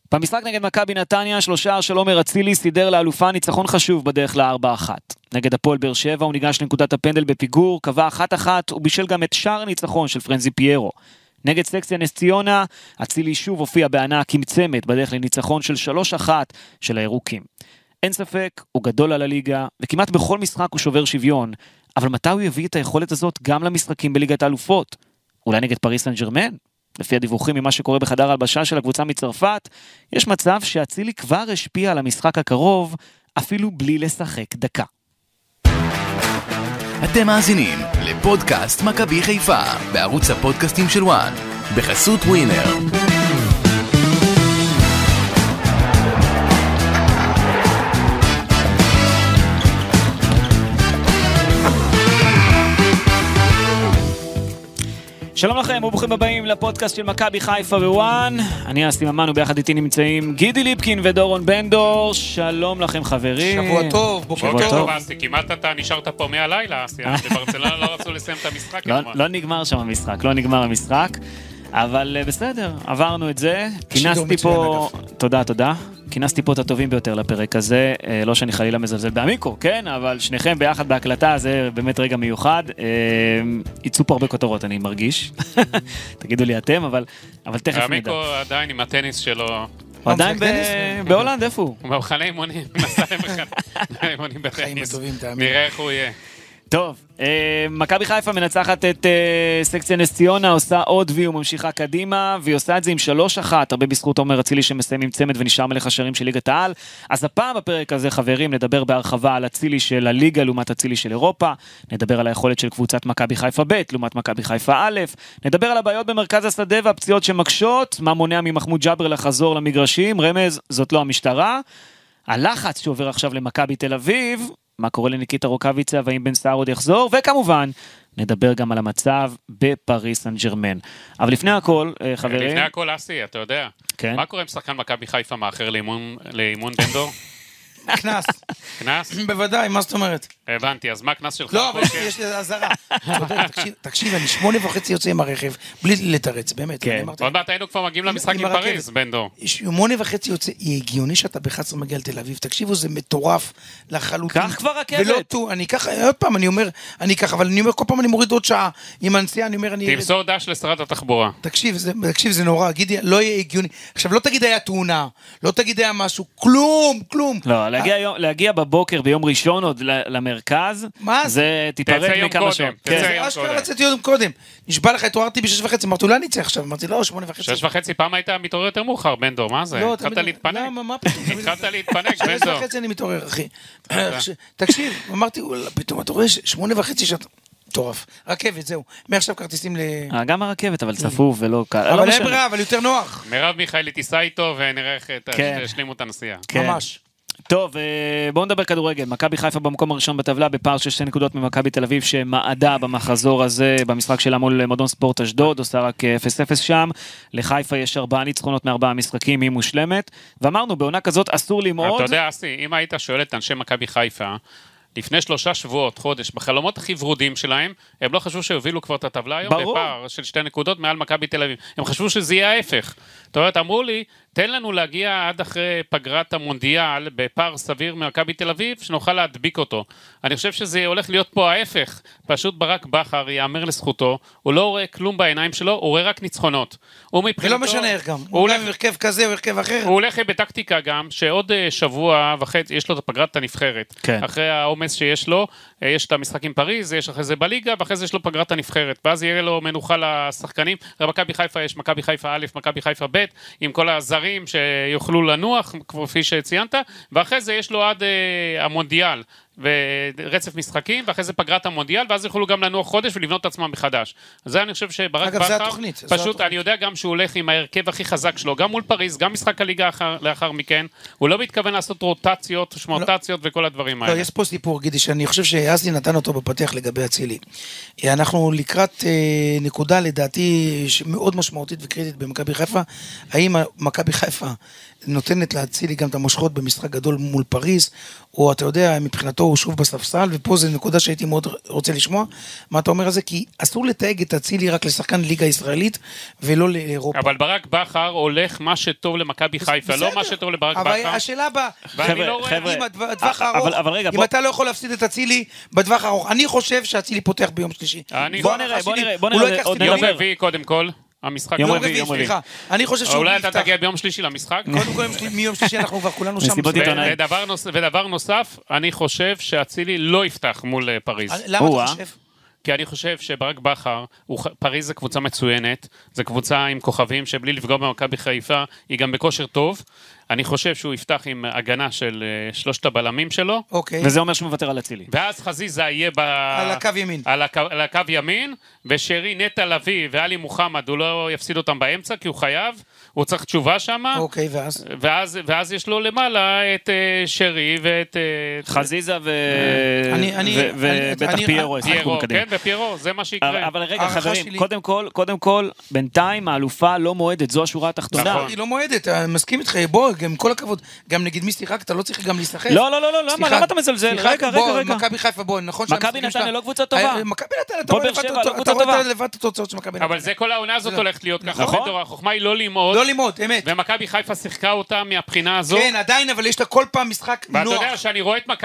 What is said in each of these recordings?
במשחק נגד מכבי נתניה, 3 שער של עומר אצילי סידר לאלופה ניצחון חשוב בדרך ל-4-1. נגד הפועל באר שבע הוא ניגש לנקודת הפנדל בפיגור, קבע 1-1 ובישל גם את שער ניצחון של פרנזי פיירו. נגד סקסיה נס ציונה, אצילי שוב הופיע בהנאה קמצמת בדרך לניצחון של 3-1 של הירוקים. אין ספק, הוא גדול על הליגה, וכמעט בכל משחק הוא שובר שוויון, אבל מתי הוא יביא את היכולת הזאת גם למשחקים בליגת האלופות? אולי נגד פריס סן ז'רמן? לפי הדיווחים ממה שקורה בחדר הלבשה של הקבוצה מצרפת, יש מצב שאצילי כבר השפיע על המשחק הקרוב, אפילו בלי לשחק דקה. אתם מאזינים לפודקאסט מכבי חיפה, בערוץ הפודקאסטים של וואן, בחסות ווינר. שלום לכם וברוכים הבאים לפודקאסט של מכבי חיפה ווואן. אני אסי ממן וביחד איתי נמצאים גידי ליפקין ודורון בנדור. שלום לכם חברים. שבוע טוב, בוקר טוב. אסי, כמעט אתה נשארת פה מהלילה, אסי. בברצלונה לא רצו לסיים את המשחק. לא נגמר שם המשחק, לא נגמר המשחק. אבל בסדר, עברנו את זה. כינסתי פה, תודה. כינסתי פה את הטובים ביותר לפרק הזה, לא שאני חלילה מזלזל בעמיקו, כן? אבל שניכם ביחד בהקלטה, זה באמת רגע מיוחד. יצאו פה הרבה כותרות, אני מרגיש. תגידו לי אתם, אבל תכף נדע. עמיקו עדיין עם הטניס שלו. הוא עדיין בהולנד, איפה הוא? הוא במחנה אימונים, נסע למחנה אימונים בטניס. נראה איך הוא יהיה. טוב, מכבי חיפה מנצחת את סקציה נס ציונה, עושה עוד וי וממשיכה קדימה, והיא עושה את זה עם 3-1, הרבה בזכות עומר אצילי שמסיים עם צמד ונשאר מלך השערים של ליגת העל. אז הפעם בפרק הזה, חברים, נדבר בהרחבה על אצילי של הליגה לעומת אצילי של אירופה, נדבר על היכולת של קבוצת מכבי חיפה ב' לעומת מכבי חיפה א', נדבר על הבעיות במרכז השדה והפציעות שמקשות, מה מונע ממחמוד ג'אבר לחזור למגרשים, רמז, זאת לא המשטרה, הלחץ שעובר עכשיו למכבי תל אביב, מה קורה לניקיטה רוקאביצה והאם בן סער עוד יחזור, וכמובן נדבר גם על המצב בפריס סן ז'רמן. אבל לפני הכל, חברים... לפני הכל, אסי, אתה יודע, כן? מה קורה עם שחקן מכבי חיפה מאחר לאימון בנדור? כנס. כנס? בוודאי, מה זאת אומרת? הבנתי, אז מה הכנס שלך? לא, אבל יש לי עזרה. תקשיב, אני 8:30 יוצא עם הרכב, בלי לתרץ, באמת. עוד מעט היינו כבר מגיעים למשחק עם פריז, בנדור. 8:30 יוצא, היא הגיוני שאתה ב-11 מגיע לתל אביב, תקשיבו, זה מטורף לחלוטין. כך כבר רכבת. ולא תו, אני ככה, עוד פעם, אני אומר, אבל אני אומר, כל פעם אני מוריד עוד שעה, עם הנסיעה, אני אומר, תמסור דש לשרת התחבורה. תקשיב, זה נורא, גידי, לא יהיה הגיוני. עכשיו, לא תגיד היה תאונה, לא תגיד היה משהו, כלום. לא, להגיע בבוקר ביום ראשון עוד למרכז, זה תיפרד מכמה שעות. זה אשכרה לצאתי עוד קודם. נשבע לך, התעוררתי ב-6:30, אמרתי, אולי נצא עכשיו, אמרתי, לא, 8:30. 6:30 פעם היית מתעורר יותר מאוחר, בנדור, מה זה? התחלת להתפנק? מה פתאום? התחלת להתפנק, בנדור. 6:30 אני מתעורר, אחי. תקשיב, אמרתי, פתאום, אתה רואה 8:30 שאתה... מטורף. רכבת, זהו. מעכשיו כרטיסים ל... גם הרכבת, אבל צפוף ולא קל. אבל אין ברירה, אבל יותר נוח. מרב מיכאלי תיסע איתו ונראה איך תשלימו את הנסיעה. ממש. טוב, בואו נדבר כדורגל. מכבי חיפה במקום הראשון בטבלה, בפער של 2 נקודות ממכבי תל אביב, שמעדה במחזור הזה, במשחק שלה מול מועדון ספורט אשדוד, עושה רק 0-0 שם. לחיפה יש 4 ניצחונות מ4 משחקים, היא מושלמת. ואמרנו, בעונה כזאת אסור למעוד. אתה יודע, אסי, אם היית שואל את אנשי מכבי חיפה, לפני 3 שבועות, חודש, בחלומות הכי ורודים שלהם, הם לא חשבו שהובילו כבר את הטבלה היום, בפער של 2 נקודות מעל מכבי תל אביב. הם חשבו שזה יהיה ההפך. זאת אומרת, אמרו לי, תן לנו להגיע עד אחרי פגרת המונדיאל, בפער סביר ממכבי תל אביב, שנוכל להדביק אותו. אני חושב שזה הולך להיות פה ההפך. פשוט ברק בכר יאמר לזכותו, הוא לא רואה כלום בעיניים שלו, הוא רואה רק ניצחונות. ולא משנה איך גם. הוא הולך הרכב כזה או הרכב אחר. הוא הולך בטקטיקה גם, שעוד שבוע וחצי, יש לו את הפגרת הנבחרת. כן. אחרי העומס שיש לו, יש את המשחק עם פריז, יש אחרי זה בליגה, ואחרי זה יש לו פגרת הנבחרת. ואז יהיה לו מנוחה לשחקנים. מכבי חיפה יש מכבי חיפה א', מכבי חיפה ב', עם כל הזרים שיוכלו לנוח, כפי שציינת, ואחרי זה יש לו עד המונדיאל. ורצף משחקים, ואחרי זה פגרת המונדיאל, ואז יוכלו גם לנוח חודש ולבנות את עצמם מחדש. אז זה אני חושב שברק בכר, פשוט אני יודע גם שהוא הולך עם ההרכב הכי חזק שלו, גם מול פריז, גם משחק הליגה לאחר מכן, הוא לא מתכוון לעשות רוטציות, שמוטציות וכל הדברים האלה. לא, יש פה סיפור, גידי, שאני חושב שאסי נתן אותו בפתח לגבי אצילי. אנחנו לקראת נקודה לדעתי מאוד משמעותית וקריטית במכבי חיפה. האם מכבי חיפה נותנת להצילי גם את המושכות במשחק גדול מול פריז, או אתה יודע, מבחינתו הוא שוב בספסל, ופה זו נקודה שהייתי מאוד רוצה לשמוע, מה אתה אומר על זה? כי אסור לתייג את אצילי רק לשחקן ליגה ישראלית, ולא לאירופה. אבל ברק בכר הולך מה שטוב למכבי חיפה, לא מה שטוב לברק בכר. אבל השאלה הבאה, אם אתה לא יכול להפסיד את אצילי בטווח הארוך, אני חושב שאצילי פותח ביום שלישי. בוא נראה, יום רביעי קודם כל. המשחק יום רביעי, סליחה. אני חושב שהוא אולי אתה תגיע ביום שלישי למשחק? קודם כל, מיום שלישי אנחנו כבר כולנו שם. ודבר נוסף, אני חושב שאצילי לא יפתח מול פריז. למה אתה חושב? כי אני חושב שברק בכר, פריז זה קבוצה מצוינת, זה קבוצה עם כוכבים שבלי לפגוע במכבי חיפה, היא גם בכושר טוב. אני חושב שהוא יפתח עם הגנה של שלושת הבלמים שלו. אוקיי. וזה אומר שהוא מוותר על אצילי. ואז חזיזה יהיה על הקו ימין. על הקו ימין, ושרי נטע לביא ואלי מוחמד, הוא לא יפסיד אותם באמצע, כי הוא חייב, הוא צריך תשובה שם. אוקיי, ואז יש לו למעלה את שרי ואת... חזיזה ובטח פיירו. פיירו, כן, ופיירו, זה מה שיקרה. אבל רגע, חברים, קודם כל, בינתיים האלופה לא מועדת, זו השורה התחתונה. היא לא מועדת, אני מסכים איתך, בוא, עם כל הכבוד, גם נגיד מי שיחק, אתה לא צריך גם להיסחף. לא, למה אתה מזלזל? רגע. מכבי חיפה, בוא, נכון מכבי נתניה לא קבוצה טובה. מכבי נתניה, אתה רואה לבד את התוצאות של מכבי נתניה. אבל זה כל העונה הזאת הולכת להיות ככה. החוכמה היא לא ללמוד, אמת. ומכבי חיפה שיחקה אותה מהבחינה הזו. כן, עדיין, אבל יש לה כל פעם משחק נוח. ואתה יודע שאני רואה את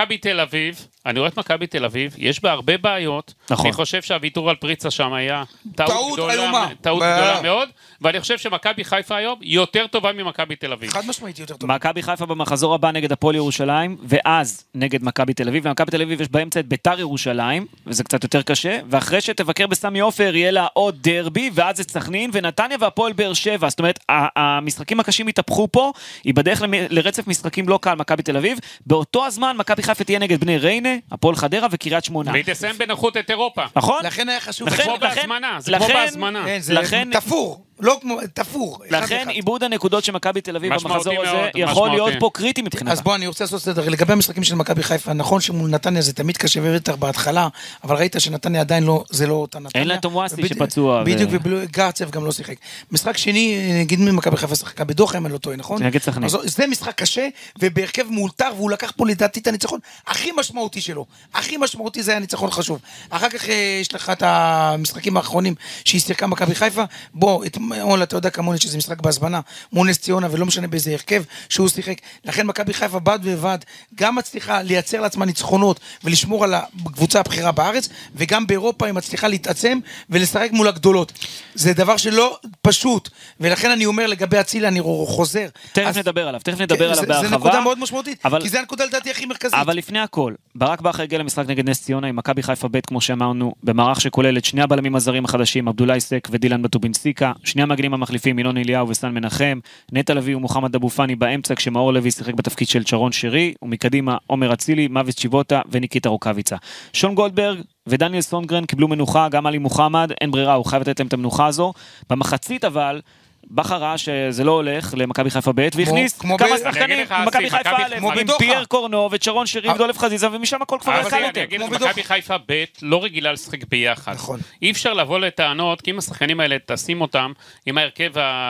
מכבי תל אביב, יש בה הרבה בעיות. אני חושב שהוויתור על פריצה שם היה טעות גדולה מאוד, ואני חושב שמכבי חיפה היום יותר טובה ממכבי תל אביב. חד משמעית יותר טובה. מכבי חיפה במחזור הבא נגד הפועל ירושלים, ואז נגד מכבי תל אביב, ומכבי תל אביב יש באמצע את ביתר ירושלים, וזה קצת יותר קשה, ואחרי שתבקר בסמי עופר יהיה לה עוד דרבי, ואז את סכנין ונתניה והפועל באר שבע. זאת אומרת, המשחקים הקשים יתהפכו פה, היא בדרך לרצף משחקים לא קל מכבי תל אביב. באותו הזמן מכבי חיפה תהיה נגד בני ריינה, הפועל חדרה וקריית שמונה. והיא תסיים בנוחות את אירופה. נכון? לכן היה חשוב. זה כמו בהזמנה, זה כמו בהזמנה. זה תפור. לא כמו, תפור. לכן עיבוד הנקודות של מכבי תל אביב במחזור הזה יכול להיות פה קריטי מבחינתה. אז בוא, אני רוצה לעשות סדר. לגבי המשחקים של מכבי חיפה, נכון שמול נתניה זה תמיד קשה ובטח בהתחלה, אבל ראית שנתניה עדיין לא, זה לא אותה נתניה. אין לה תומואסי שפצוע. בדיוק, וגרצב גם לא שיחק. משחק שני, נגיד ממכבי חיפה שחקה בדוחה, אם אני לא טועה, נכון? נגד סכנין. זה משחק קשה, ובהרכב מאולתר, והוא לקח פה לדעתי את הניצחון הכי משמעותי שלו. הכי משמעותי זה היה ניצחון חשוב. אחר כך יש לך את המשחקים האחרונים שהיא שיחקה מכבי חיפה. בוא, אתה יודע כמוני שזה משחק בהזמנה, מול נס ציונה, ולא משנה באיזה הרכב שהוא שיחק. לכן מכבי חיפה בד בבד גם מצליחה לייצר לעצמה ניצחונות ולשמור על הקבוצה הבכירה בארץ, וגם באירופה היא מצליחה להתעצם ולשחק מול הגדולות. זה דבר שלא פשוט, ולכן אני אומר לגבי אצילי, אני חוזר. תכף נדבר עליו בהרחבה. זה נקודה מאוד משמעותית, כי זה הנקודה לדעתי הכי מרכזית. אבל לפני הכל, ברק בכר הגיע למשחק נגד נס ציונה עם מכבי חיפה ב' כמו שאמרנו, במערך שכולל את שני הבלמים הזרים החדשים, עבדולאי סק ודילן בטובינסיקה, שני המגנים המחליפים ינון אליהו וסן מנחם, נטע לביא ומוחמד אבו פאני באמצע, כשמאור לוי שיחק בתפקיד של שרון שרי, ומקדימה עומר אצילי, מאביס צ'יבוטה וניקיטה רוקאביצה. שון גולדברג ודניאל סונגרן קיבלו מנוחה, גם עלי מוחמד, אין ברירה, הוא חייב לתת להם את המנוחה הזו. במחצית אבל בכר ראה שזה לא הולך למכבי חיפה ב' והכניס כמה שחקנים ממכבי חיפה א', עם פייר קורנו וצ'רון שרי ודולף חזיזה, ומשם הכל כבר קל יותר. מכבי חיפה ב' לא רגילה לשחק ביחד. אי אפשר לבוא לטענות, כי אם השחקנים האלה תשים אותם עם ההרכב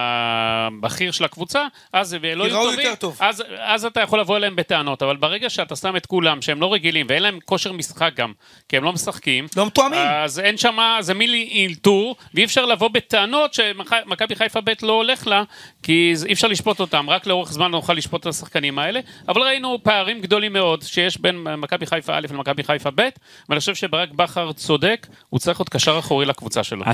הבכיר של הקבוצה, אז לא יהיו טובים, אז אתה יכול לבוא אליהם בטענות, אבל ברגע שאתה שם את כולם שהם לא רגילים, ואין להם כושר משחק גם, כי הם לא משחקים, לא מתואמים. אז אין שם, זה מילי אילתור, ואי אפשר לבוא בטענות שמכבי חיפה ב' לא הולך לה, כי אי אפשר לשפוט אותם, רק לאורך זמן נוכל לשפוט את השחקנים האלה, אבל ראינו פערים גדולים מאוד, שיש בין מכבי חיפה א' למכבי חיפה ב', ואני חושב שברק בכר צודק, הוא צריך עוד קשר אחורי לקבוצה שלו.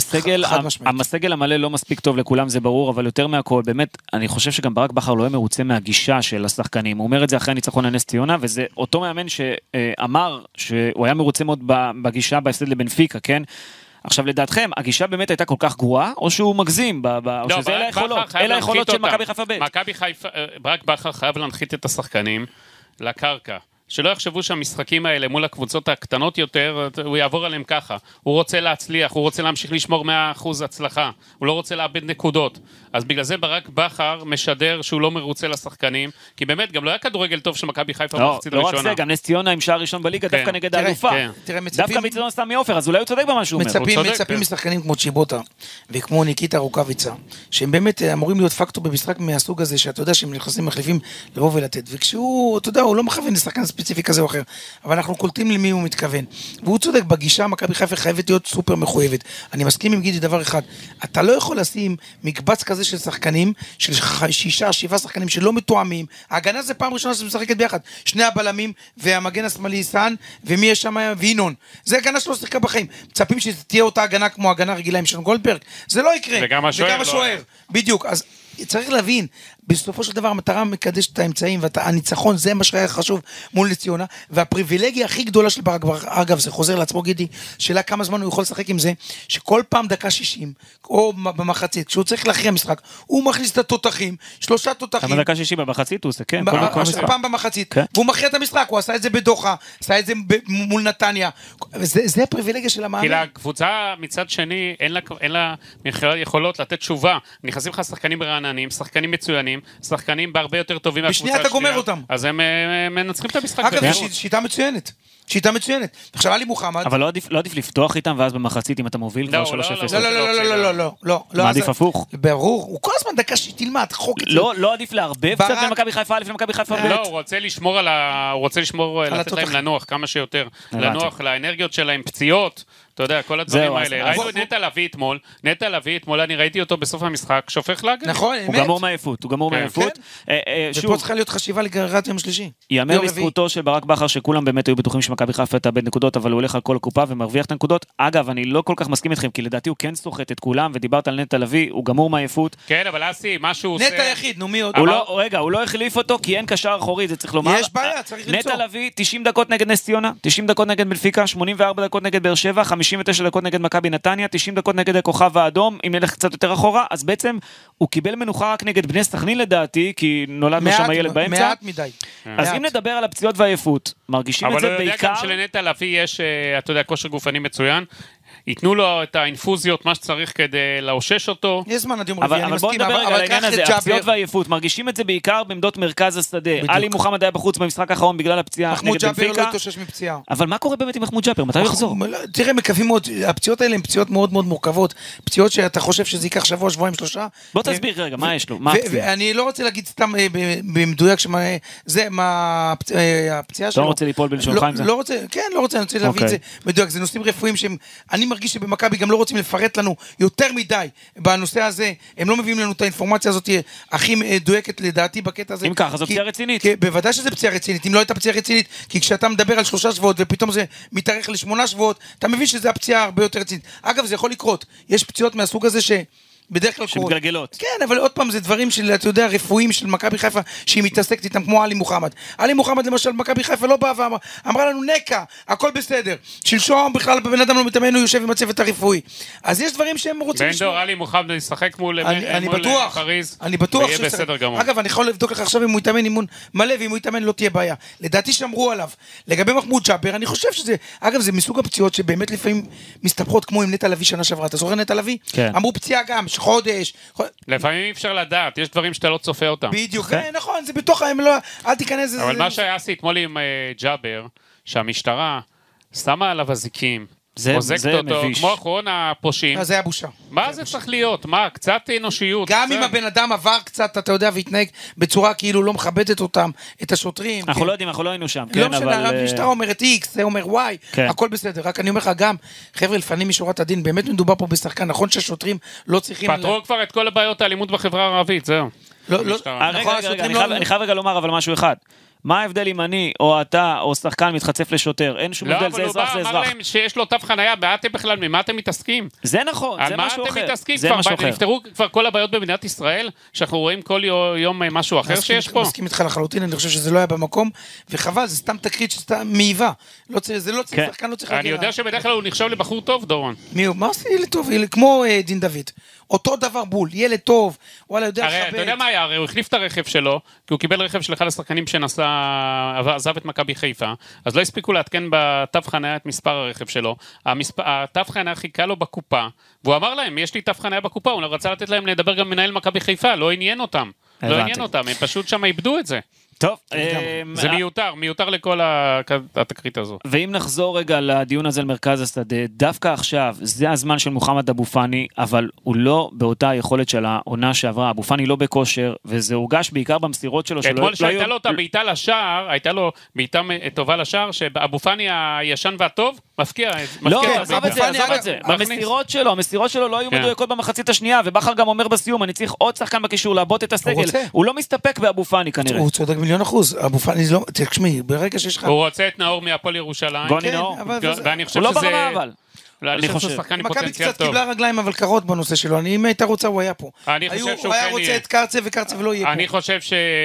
הסגל המלא לא מספיק טוב לכולם, זה ברור, אבל יותר מהכל, באמת, אני חושב שגם ברק בכר לא היה מרוצה מהגישה של השחקנים, הוא אומר את זה אחרי הניצחון על נס ציונה, וזה אותו מאמן שאמר שהוא היה מרוצה מאוד בגישה בהפסד לבנפיקה, כן? עכשיו לדעתכם, הגישה באמת הייתה כל כך גרועה, או שהוא מגזים, או שזה אלה היכולות של מכבי חיפה ב'? מכבי חיפה, ברק בכר חייב להנחית את השחקנים לקרקע. שלא יחשבו שהמשחקים האלה מול הקבוצות הקטנות יותר, הוא יעבור עליהם ככה. הוא רוצה להצליח, הוא רוצה להמשיך לשמור 100% הצלחה, הוא לא רוצה לאבד נקודות. אז בגלל זה ברק בכר משדר שהוא לא מרוצה לשחקנים, כי באמת גם לא היה כדורגל טוב של מכבי חיפה במחצית הראשונה. לא רק זה, גם נס ציונה עם שער ראשון בליגה, דווקא נגד האלופה. דווקא מצדון סמי עופר, אז אולי הוא צודק במה שהוא אומר. מצפים משחקנים כמו צ'יבוטה וכמו ניקיטה רוקאביצה, שהם באמת אמורים להיות פקטור במשחק מהסוג הזה, שאתה יודע שהם נכנסים מחליפים לבוא ולתת. וכשהוא, אתה יודע, הוא לא מכוון לשחקן ספציפי כזה או אחר, אבל אנחנו קולטים למי הוא מתכוון. והוא צודק, בגישה מכבי חיפה חייבת להיות סופר מחויבת. אני מסכים עם גידי דבר אחד, אתה לא יכול לשים מקבץ כזה של שחקנים, של 6-7 שחקנים שלא מתואמים, ההגנה זה פעם ראשונה שמשחקת ביחד, שני הבלמים והמגן השמאלי סן, ומי יש שם וינון. זה הגנה שלא שיחקה בחיים. מצפים שתהיה אותה הגנה כמו הגנה רגילה עם שון גולדברג, זה לא יקרה. וגם השוער. בדיוק, אז צריך להבין, בסופו של דבר המטרה מקדשת את האמצעים, והניצחון זה מה שהיה חשוב מול נס ציונה, והפריבילגיה הכי גדולה של ברק, אגב זה חוזר לעצמו גידי, שאלה כמה זמן הוא יכול לשחק עם זה, שכל פעם דקה 60, או במחצית, כשהוא צריך להכריע משחק, הוא מכניס את התותחים, 3 תותחים. אבל דקה 60 במחצית הוא עושה, כן. פעם במחצית, והוא מכריע את המשחק, הוא עשה את זה בדוחה, עשה את זה מול נתניה, זה הפריבילגיה של המאמן. כי לקבוצה מצד שני, אין לה יכולות לתת תשובה, נכנסים לך שחקנים רעננים, שחקנים מצוינים, שחקנים בהרבה יותר טובים מהקבוצה השנייה. אתה גומר אותם. אז הם מנצחים את המשחק. אגב, שיטה מצוינת. שיטה מצוינת. עכשיו עלי מוחמד. אבל לא עדיף לפתוח איתם ואז במחצית אם אתה מוביל כבר 3-0. לא. מה עדיף הפוך? ברור, הוא כל הזמן דקה שתלמד, חוק את זה. לא עדיף לערבב קצת למכבי חיפה א' למכבי חיפה ב'? לא, הוא רוצה לשמור, לתת להם לנוח כמה שיותר. לנוח לאנרגיות שלהם, פציעות. אתה יודע, כל הדברים האלה. ראינו את נטע לביא אתמול, אני ראיתי אותו בסוף המשחק, שופך להגן. נכון, הוא גמור מעייפות. ופה צריכה להיות חשיבה לגררת יום שלישי. יאמר לזכותו של ברק בכר שכולם באמת היו בטוחים שמכבי חיפה תאבד נקודות, אבל הוא הולך על כל הקופה ומרוויח את הנקודות. אגב, אני לא כל כך מסכים איתכם, כי לדעתי הוא כן סוחט את כולם, ודיברת על נטע לביא, הוא גמור מעייפות. כן, אבל אסי, מה שהוא עושה... נטע יחיד, נו מי עוד? רגע, הוא לא החליף אותו, כי אין קשר אחורי, זה צריך לומר. יש בעיה, צריך למצוא. נטע לביא, 90 דקות נגד נס ציונה, 90 דקות נגד בנפיקה, 84 דקות נגד באר שבע, 59 דקות נגד מכבי נתניה, 90 דקות נגד הכוכב האדום. אם נלך קצת יותר אחורה, אז בעצם הוא קיבל מנוחה רק נגד בני סכנין לדעתי, כי נולד לו שם הילד באמצע. מעט מדי. אז אם נדבר על הפציעות והעייפות, מרגישים את זה בעיקר... אבל הוא יודע גם שלנטע לביא יש, אתה יודע, כושר גופני מצוין, ייתנו לו את האינפוזיות, מה שצריך כדי לאושש אותו. יש זמן עד יום רביעי, אני אבל בואו מסכים. נדבר רגע על העניין הזה, הפציעות והעייפות, מרגישים את זה בעיקר בעמדות מרכז השדה. עלי מוחמד היה בחוץ במשחק האחרון בגלל הפציעה נגד בנפיקה. מחמוד ג'אבר לא התאושש מפציעה. אבל מה קורה באמת עם מחמוד ג'אבר? מתי הוא יחזור? תראה, מקווים מאוד, הפציעות האלה הן פציעות מאוד מאוד מורכבות, פציעות שאתה חושב שזה ייקח שבוע, שבועיים, 3. בוא תסביר רגע, מה יש לו? מה הפציעה? אני לא רוצה להגיד סתם במדויק מה הפציעה שלו. לא רוצה ליפול בלשונך עם זה? לא רוצה, כן, לא רוצה, אני רוצה להביא את זה מדויק. זה נושאים רפואיים שאני מרגיש שבמכבי גם לא רוצים לפרט לנו יותר מדי בנושא הזה, הם לא מביאים לנו את האינפורמציה הזאת הכי מדויקת לדעתי בקטע הזה. אם ככה, זו פציעה רצינית. בוודאי שזה פציעה רצינית, אם לא הייתה פציעה רצינית, כי כשאתה מדבר על 3 שבועות ופתאום זה מתארך ל8 שבועות, אתה מבין שזה הפציעה הרבה יותר רצינית. אגב, זה יכול לקרות. יש פציעות מהסוג הזה בדרך כלל קורות. שמגלגלות. כן, אבל עוד פעם זה דברים של, אתה יודע, רפואיים של מכבי חיפה, שהיא מתעסקת איתם כמו עלי מוחמד. עלי מוחמד למשל, מכבי חיפה לא באה ואמרה לנו נקה, הכל בסדר. שלשום בכלל בבן אדם לא מתאמן, הוא יושב עם הצוות הרפואי. אז יש דברים שהם רוצים לשמור. בן דור, עלי מוחמד ישחק מול פריז. אני בטוח ויהיה בסדר גמור. אגב, אני יכול לבדוק לך עכשיו אם הוא יתאמן אימון מלא, ואם הוא יתאמן לא תהיה בעיה. לדעתי שמרו עליו. לגבי מחמוד ג'אבר, אני חושב שזה, אגב, זה מסוג הפציעות שבאמת לפעמים מסתבכות כמו עם נטע לביא שנה שעברה. אתה זוכר נטע לביא? אמרו פציעה גם, חודש. לפעמים אי אפשר לדעת, יש דברים שאתה לא צופה אותם. בדיוק, נכון, זה בתוך הם לא, אל תיכנס. אבל מה שהיה עשי אתמול עם ג'אבר, שהמשטרה שמה עליו הזיקים, עוזקת אותו, כמו אחרון הפושעים. זה היה בושה. מה זה צריך להיות? מה? קצת אנושיות. גם אם הבן אדם עבר קצת, אתה יודע, והתנהג בצורה כאילו לא מכבדת אותם, את השוטרים. אנחנו לא יודעים, אנחנו לא היינו שם. לא משנה, המשטרה אומרת X, זה אומר Y, הכל בסדר. רק אני אומר לך גם, חבר'ה, לפנים משורת הדין, באמת מדובר פה בשחקן, נכון שהשוטרים לא צריכים... פתרו כבר את כל הבעיות האלימות בחברה הערבית, זהו. אני חייב רגע לומר אבל משהו אחד. מה ההבדל אם אני או אתה או שחקן מתחצף לשוטר? אין שום הבדל, זה אזרח, זה אזרח. אמר להם שיש לו תו חנייה, ממה אתם מתעסקים? זה נכון, זה משהו אחר. זה משהו אחר. נפתרו כבר כל הבעיות במדינת ישראל, שאנחנו רואים כל יום משהו אחר שיש פה. מסכים איתך לחלוטין, אני חושב שזה לא היה במקום, וחבל, זה סתם תקרית שסתם מעיבה. זה לא צריך, שחקן לא צריך להגיע. אני יודע שבדרך כלל הוא נחשב לבחור טוב, דורון. מי הוא? מה עושה ילד טוב? כמו דין דוד. אותו דבר בול, ילד טוב, וואלה, יודע לחבד. הרי אתה יודע מה היה? הרי הוא החליף את הרכב שלו, כי הוא קיבל רכב של אחד השחקנים עזב את מכבי חיפה, אז לא הספיקו להתקן בתו חניה את מספר הרכב שלו, התו חניה חיכה לו בקופה, והוא אמר להם, יש לי תו חניה בקופה, הוא רצה לתת להם לדבר גם מנהל מכבי חיפה, לא עניין אותם, הם פשוט שם איבדו את זה. טוב, זה מיותר לכל התקרית הזו. ואם נחזור רגע לדיון הזה למרכז השדה, דווקא עכשיו, זה הזמן של מוחמד אבו פאני, אבל הוא לא באותה יכולת של העונה שעברה, אבו פאני לא בכושר, וזה הורגש בעיקר במסירות שלו. אתמול שהייתה לו את הבעיטה לשער, הייתה לו בעיטה טובה לשער, שאבו פאני הישן והטוב, מפקיע לא, עזוב את זה, המסירות שלו לא היו מדויקות במחצית השנייה, ובכר גם אומר בסיום, אני צריך עוד שחקן בקישור, לעבוד את הסגל, הוא לא מסתפק באבו פאני כנראה. הוא צודק 1,000,000%, אבו פאני לא, תשמעי, ברגע שיש לך... הוא רוצה את נאור מהפועל ירושלים. גוני נאור. ואני חושב הוא לא שזה... ברמה אבל. אני חושב ששחקן עם פוטנציאל טוב. מכבי קצת קיבלה רגליים אבל קרות בנושא שלו, אם הייתה רוצה הוא היה פה. אני חושב שהוא כן הוא היה רוצה את קרצב וקרצב לא יהיה פה. אני חושב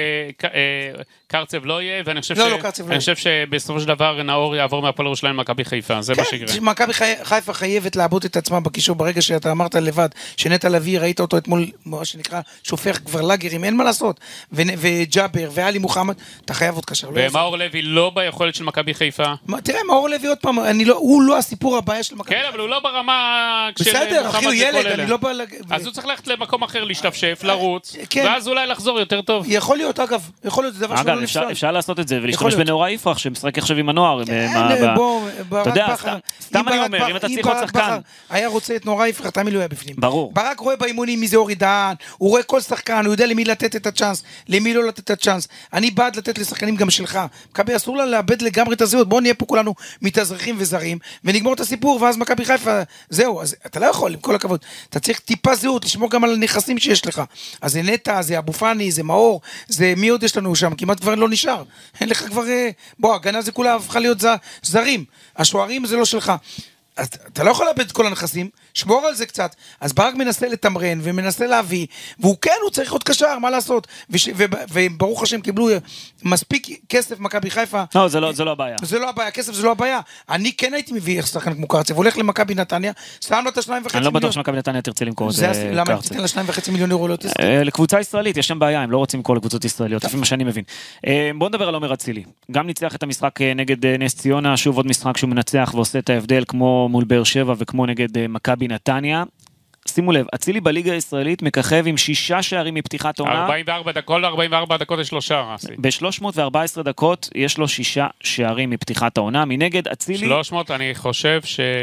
שקרצב לא יהיה, ואני חושב שבסופו של דבר נאור יעבור מהפועל ירושלים למכבי חיפה, זה מה שיקרה. מכבי חיפה חייבת לעבוד את עצמה בקישור, ברגע שאתה אמרת לבד, שנטע לביא, ראית אותו אתמול, מה שנקרא, שופך כבר לגרים, אין מה לעשות, וג'אבר ואלי מוחמד, אתה חייב עוד קשר. ומאור לוי לא ביכולת של מכבי חיפה. תראה, מאור לוי עוד פעם, הוא לא הסיפור הבעיה של מכבי. כן, אבל הוא לא ברמה בסדר, אחי, הוא ילד, אני לא בא... אז הוא צריך ללכת למקום אחר, להשתפשף, לרוץ, ואז אולי לחזור יותר טוב. יכול להיות, אגב, יכול להיות, זה דבר שלא נפסל. אפשר לעשות את זה, ולהשתמש בנאור יפרח, שמשחק עכשיו עם הנוער. אתה יודע, סתם אני אומר, אם אתה צריך עוד שחקן. היה רוצה את נאור יפרח, תמיד לא היה בפנים. ברור. ברק רואה באימונים מי זה אורי דהן, הוא רואה כל שחקן, הוא יודע למי לתת את הצ'אנס, למי לא לתת את הצ'אנס. אני בעד לתת לשחקנים גם שלך. מכבי אסור לה לאבד לגמרי את הזהות. בואו נהיה פה כולנו מתאזרחים וזרים, ונגמור את הסיפור, ואז מכבי חיפה, זהו, אז אתה לא יכול, עם כל הכבוד. אתה צריך טיפה זהות, לשמור גם על הנכסים שיש לך. אז זה נטע, זה אבו פאני, זה מאור, זה מי עוד יש לנו שם, כמעט כבר לא נשאר. אין לך כבר, בוא, הגנה זה כולה הפכה להיות זרים. השוערים זה לא שלך. אתה לא יכול לאבד את כל הנכסים, שמור על זה קצת. אז ברק מנסה לתמרן ומנסה להביא, והוא כן, הוא צריך עוד קשר, מה לעשות? וברוך השם קיבלו מספיק כסף מכבי חיפה. לא, זה לא הבעיה. זה לא הבעיה, כסף זה לא הבעיה. אני כן הייתי מביא איך שחקן כמו קרצב, הולך למכבי נתניה, שם לו את 2.5 מיליון. אני לא בטוח שמכבי נתניה תרצה למכור את קרצב. למה תיתן לה 2.5 מיליון אירו לא תסתכל? לקבוצה ישראלית, יש שם בעיה, הם לא רוצים למכור לקבוצות ישראליות, לפי מה שאני מבין. בוא נדבר על עומר אצילי. גם ניצח את המשחק נגד נס ציונה, שוב עוד משחק שהוא מנצח ועושה את ההבדל כמו מול באר שבע וכמו נגד מכבי נתניה. שימו לב, אצילי בליגה הישראלית מככב עם 6 שערים מפתיחת העונה. 44 דקות יש לו שער. ב-314 דקות יש לו 6 שערים מפתיחת העונה. מנגד אצילי... 300, אני חושב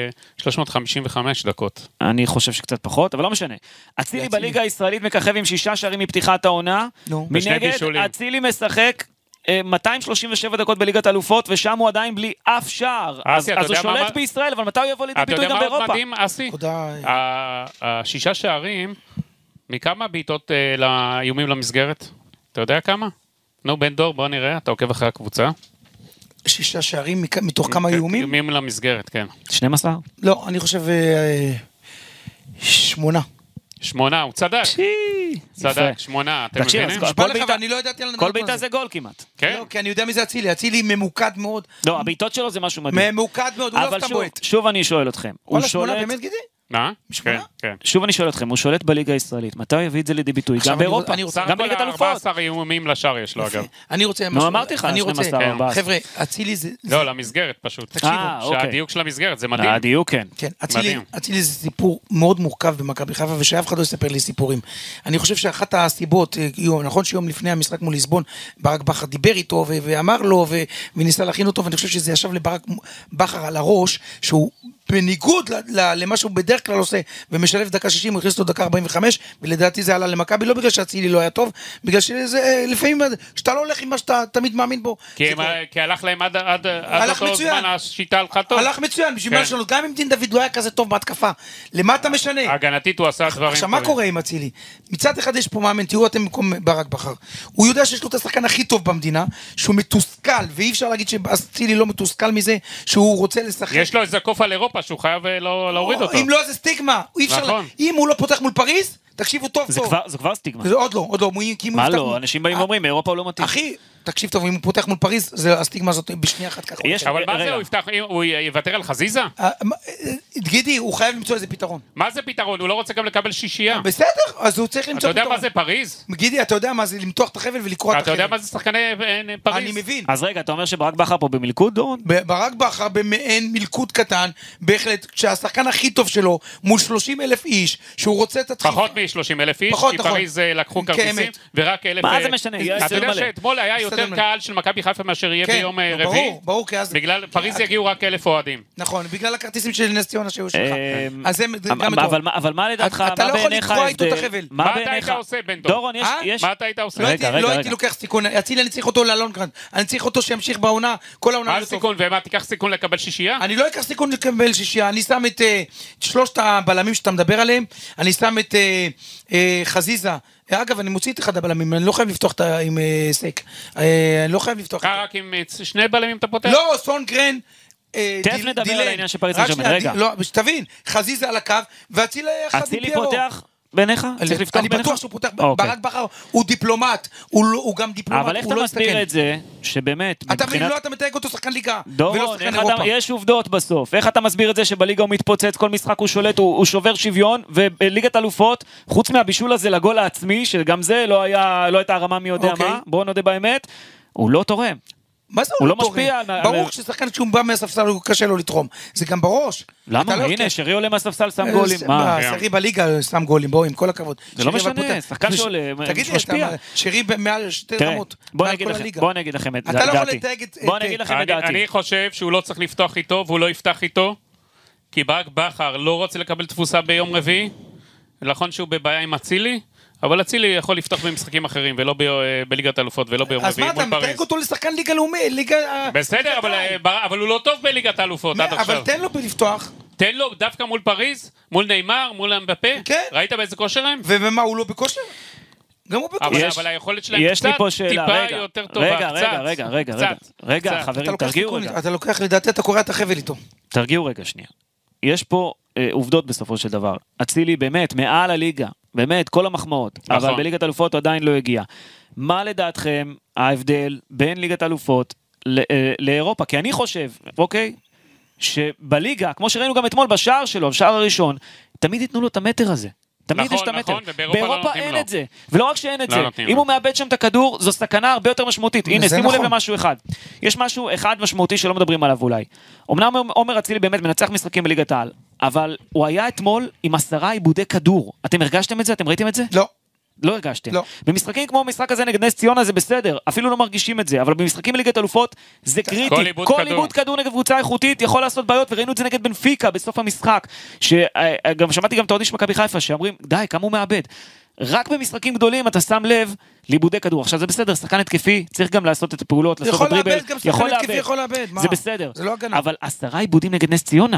355 דקות. אני חושב שקצת פחות, אבל לא משנה. אצילי בליגה הישראלית מככב עם 6 שערים מפתיחת העונה. מנגד אצילי משחק 237 דקות בליגת אלופות, ושם הוא עדיין בלי אף שער. אז הוא שולט בישראל, אבל מתי הוא יבוא לידי ביטוי גם באירופה? אתה יודע מה מדהים, אסי? 6 שערים, מכמה בעיטות לאיומים למסגרת? אתה יודע כמה? נו, בן דור, בוא נראה, אתה עוקב אחרי הקבוצה. 6 שערים מתוך כמה איומים? איומים למסגרת, כן. 12? לא, אני חושב 8. 8, הוא צדק. צדק, 8, אתם מבינים? כל בעיטה זה גול כמעט. כן? כי אני יודע מי זה אצילי, אצילי ממוקד מאוד. לא, הבעיטות שלו זה משהו מדהים. ממוקד מאוד, הוא לא סתם בועט. שוב אני שואל אתכם. וואלה, 8 באמת גידי? מה? כן. שוב אני שואל אתכם, הוא שולט בליגה הישראלית, מתי הוא הביא את זה לידי ביטוי? גם באירופה, גם בליגת אלופות. 14 איומים לשער יש לו אגב. אני רוצה... נו, אמרתי לך, 12, 14. חבר'ה, אצילי זה... לא, למסגרת פשוט. תקשיבו. שהדיוק של המסגרת, זה מדהים. הדיוק, כן. כן, אצילי זה סיפור מאוד מורכב במכבי חיפה, ושאף אחד לא יספר לי סיפורים. אני חושב שאחת הסיבות, נכון שיום לפני המשחק מול ליסבון, ברק בכר דיבר איתו ואמר לו, וניסה להכין אותו, ואני חושב שזה ישב לברק בכר על הראש, שהוא בניגוד למה שהוא בדרך כלל עושה, ומשלב דקה 60, הוא הכניס לו דקה 45, ולדעתי זה עלה למכבי, לא בגלל שאצילי לא היה טוב, בגלל שזה לפעמים, שאתה לא הולך עם מה שאתה תמיד מאמין בו. כי הלך להם עד אותו זמן, השיטה הלכה טוב. הלך מצוין, בשביל מה לשנות, גם אם דין דוד לא היה כזה טוב בהתקפה, למה אתה משנה? הגנתית הוא עשה דברים. עכשיו, מה קורה עם אצילי? מצד אחד יש פה מאמן, תראו אתם במקום ברק בכר, הוא יודע שיש לו את השחקן הכי טוב במדינה, שהוא מתוסכל, ואי אפשר להגיד שאצילי לא מתוסכל מזה, שהוא רוצה לשחק. יש לו איזה קוף על אירופה שהוא חייב להוריד אותו. אם לא, זה סטיגמה. אם הוא לא פותח מול פריז, תקשיבו טוב. זה כבר סטיגמה. זה עוד לא. מה לא? אנשים באים ואומרים, אירופה הוא לא מתאים. אחי, תקשיב טוב, אם הוא פותח מול פריז, הסטיגמה הזאת בשנייה אחת ככה. אבל מה זה, הוא יוותר על חזיזה? גידי, הוא חייב למצוא איזה פתרון. מה זה פתרון? הוא לא רוצה גם לקבל 6. בסדר, אז הוא צריך למצוא פתרון. אתה יודע מה זה פריז? גידי, אתה יודע מה זה למתוח את החבל ולקרוא את החבל. אתה יודע מה זה שחקני פריז? אני מבין. אז רגע, אתה אומר שברק בכר פה במלכוד, דורון? ברק בכר במעין מלכוד קטן, בהחלט, כשהשחקן הכי טוב שלו, מול 30,000 איש, שהוא רוצה את פחות מ-30,000 איש, כי פריז לקחו כרטיסים, ורק 1,000... מה זה משנה? אתה יודע שאתמול היה יותר קהל של מכבי חיפה מאשר יהיה ביום רביעי. ברור, כי אז... בגלל פריז יגיעו רק 1,000 אוהדים. נכון, בגלל הכרטיסים של נס ציונה שהיו שלך. אז זה גם אבל מה לדעתך, אתה לא יכול לקרוא איתו את החבל. מה אתה היית עושה, בן דורון? מה אתה היית עושה? לא הייתי לוקח סיכון, אצילי אני צריך אותו ללונגרן, אני צריך אותו שימשיך בעונה, כל העונה. מה סיכון, ומה, תיקח סיכון לקבל שישייה? אני לא אקח סיכון לקבל שישייה, אני שם את שלושת הבלמים שאתה מדבר עליהם, אני שם את חזיזה, אגב אני מוציא את אחד הבלמים, אני לא חייב לפתוח עם סק, אני לא חייב לפתוח. רק עם שני בלמים אתה פותח? לא, סונגרן, תכף נדבר על העניין של פריז סן ז'רמן, רגע. לא, שתבין, חזיזה על הקו, ואצילי אחד מפיירו. פותח בעיניך? צריך לפתוח בעיניך? אני בטוח שהוא פותח, ברק בכר הוא דיפלומט, הוא גם דיפלומט, אבל איך אתה מסביר את זה, שבאמת, אתה מתייג אותו שחקן ליגה, דורון, יש עובדות בסוף, איך אתה מסביר את זה שבליגה הוא מתפוצץ, כל משחק הוא שולט, הוא שובר שוויון, ובליגת אלופות, חוץ מהבישול הזה לגול העצמי, שגם זה לא הייתה הרמה מי יודע מה, בואו נודה באמת, הוא לא תורם. מה זה הוא לא משפיע? ברור ששחקן כשהוא בא מהספסל הוא קשה לו לתרום. זה גם בראש. למה? הנה, שרי עולה מהספסל, שם גולים. שרי בליגה שם גולים, בוא, עם כל הכבוד. זה לא משנה, שחקן שעולה, משפיע. שרי מעל שתי רמות. בוא אני אגיד לכם את דעתי. אתה לא יכול לתייג את... בוא אני אגיד לכם את דעתי. אני חושב שהוא לא צריך לפתוח איתו, והוא לא יפתח איתו, כי ברק בכר לא רוצה לקבל תפוסה ביום רביעי, נכון שהוא בבעיה עם אצילי, אבל אצילי יכול לפתוח במשחקים אחרים, ולא בליגת האלופות, ולא ביום רביעי מול פריז. אז מה, אתה מתייג אותו לשחקן ליגה לאומי? בסדר, אבל הוא לא טוב בליגת האלופות עד עכשיו. אבל תן לו לפתוח. תן לו דווקא מול פריז, מול ניימר, מול אמבפה. ראית באיזה כושר הם? ומה, הוא לא בכושר? גם הוא בכושר. אבל היכולת שלהם קצת טיפה יותר טובה. רגע, חברים, תרגיעו רגע. אתה לוקח, לדעתי, אתה קורא את החבל איתו. תרגיעו רגע, שנייה. יש פה עובדות בסופו של דבר. אצילי באמת, מעל הליגה, באמת, כל המחמאות, אבל בליגת אלופות הוא עדיין לא הגיע. מה לדעתכם ההבדל בין ליגת אלופות לאירופה? כי אני חושב, אוקיי, שבליגה, כמו שראינו גם אתמול בשער שלו, בשער הראשון, תמיד ייתנו לו את המטר הזה. תמיד יש את המטר. באירופה אין את זה. ולא רק שאין את זה, אם הוא מאבד שם את הכדור, זו סכנה הרבה יותר משמעותית. הנה, שימו לב למשהו אחד. יש משהו אחד משמעותי שלא מדברים עליו אולי. אמנם עומר אצילי באמת מנצח משחקים בליגת העל, אבל הוא היה אתמול עם 10 עיבודי כדור. אתם הרגשתם את זה? אתם ראיתם את זה? לא. לא הרגשתם. לא. במשחקים כמו המשחק הזה נגד נס ציונה זה בסדר, אפילו לא מרגישים את זה, אבל במשחקים בליגת אלופות זה קריטי. כל עיבוד כדור נגד קבוצה איכותית יכול לעשות בעיות, וראינו את זה נגד בנפיקה בסוף המשחק, שגם שמעתי גם את האוהדים של מכבי חיפה שאומרים, די, כמה הוא מאבד. רק במשחקים גדולים אתה שם לב לעיבודי כדור. עכשיו זה בסדר, שחקן התקפי, צריך גם לעשות את הפעולות, לעשות את הדריבל. יכול לאבד, זה בסדר. אבל 10 עיבודים נגד נס ציונה.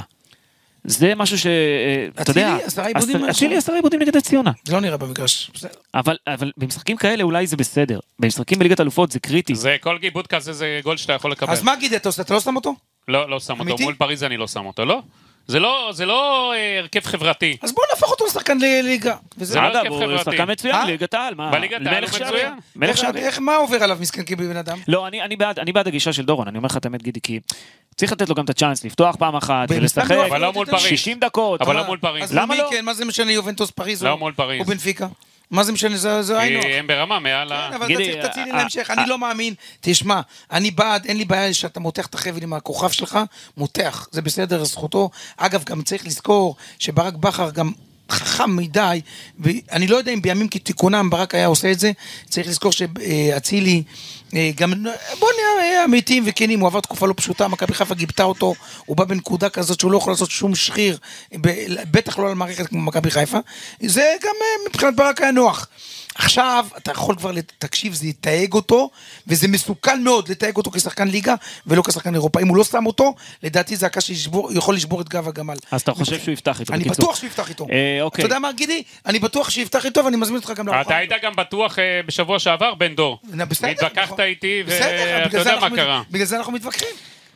זה משהו אתה יודע, אצילי 10 עיבודים נגד נס ציונה. זה לא נראה במגרש, בסדר. אבל במשחקים כאלה אולי זה בסדר. במשחקים בליגת אלופות זה קריטי. זה כל עיבוד כזה זה גול שאתה יכול לקבל. אז מה גיד אתה עושה? אתה לא שם אותו? לא שם אותו. מול פריז אני לא שם אותו, לא? זה לא הרכב חברתי. אז בוא נהפוך אותו לשחקן ליגה. זה לא הרכב חברתי. הוא שחקן מצוין, ליגת העל. בליגת העל הוא מצוין. מלך שערים. איך מה עובר עליו מסכן כבן אדם? לא, אני בעד הגישה של דורון, אני אומר לך את האמת גידי, כי צריך לתת לו גם את הצ'אנס לפתוח פעם אחת ולשחק 60 דקות. אבל לא מול פריז. אז למה לא? מה זה משנה יובנטוס פריז או בנפיקה? מה זה משנה? זה היינו. כי הם ברמה מעל ה... כן, אבל אתה צריך תצילי להמשך, אני לא מאמין. תשמע, אני בעד, אין לי בעיה שאתה מותח את החבל עם הכוכב שלך, מותח, זה בסדר, זכותו. אגב, גם צריך לזכור שברק בכר גם חכם מדי, ואני לא יודע אם בימים כתיקונם ברק היה עושה את זה, צריך לזכור שאצילי, גם, בוא נהיה אמיתיים וכנים, הוא עבר תקופה לא פשוטה, מכבי חיפה גיבתה אותו, הוא בא בנקודה כזאת שהוא לא יכול לעשות שום שחיר, בטח לא על מערכת כמו מכבי חיפה, זה גם מבחינת ברק היה נוח. עכשיו, אתה יכול כבר תקשיב, זה יתייג אותו, וזה מסוכן מאוד לתייג אותו כשחקן ליגה, ולא כשחקן אירופה. אם הוא לא שם אותו, לדעתי זה הקש שיכול לשבור את גב הגמל. אז אתה חושב שהוא יפתח איתו? אני בטוח שהוא יפתח איתו. אתה יודע מה, גידי? אני בטוח שהוא יפתח איתו, ואני מזמין אותך גם לארוחה. אתה היית גם בטוח בשבוע שעבר, בן דור. התווכחת איתי, ואתה יודע מה קרה. בגלל זה אנחנו מתווכחים.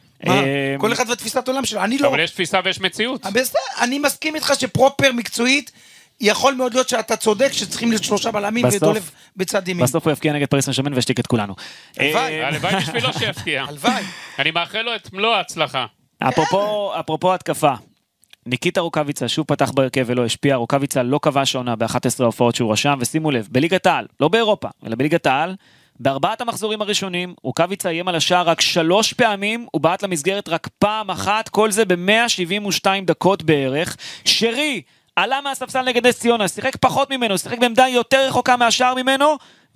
כל אחד והתפיסת עולם שלו, אני לא. אבל יש תפיסה ויש מציאות. אני מסכים איתך שפרופר מקצועית יכול מאוד להיות שאתה צודק שצריכים להיות 3 בלמים ודולב בצד ימין. בסוף הוא יפקיע נגד פריז סן ז'רמן והשתיק את כולנו. הלוואי בשבילו שיפקיע. הלוואי. אני מאחל לו את מלוא ההצלחה. אפרופו התקפה, ניקיטה רוקאביצה שוב פתח בהרכב ולא השפיע, רוקאביצה לא כבש עונה ב-11 ההופעות שהוא רשם, ושימו לב, בליגת העל, לא באירופה, אלא בליגת העל, בארבעת המחזורים הראשונים, רוקאביצה איים על השער רק 3 פעמים, הוא בעט למסגרת רק פעם אחת, כל זה ב-172 דקות בערך. שרי עלה מהספסל נגד נס ציונה, שיחק פחות ממנו, שיחק בעמדה יותר רחוקה מהשער ממנו,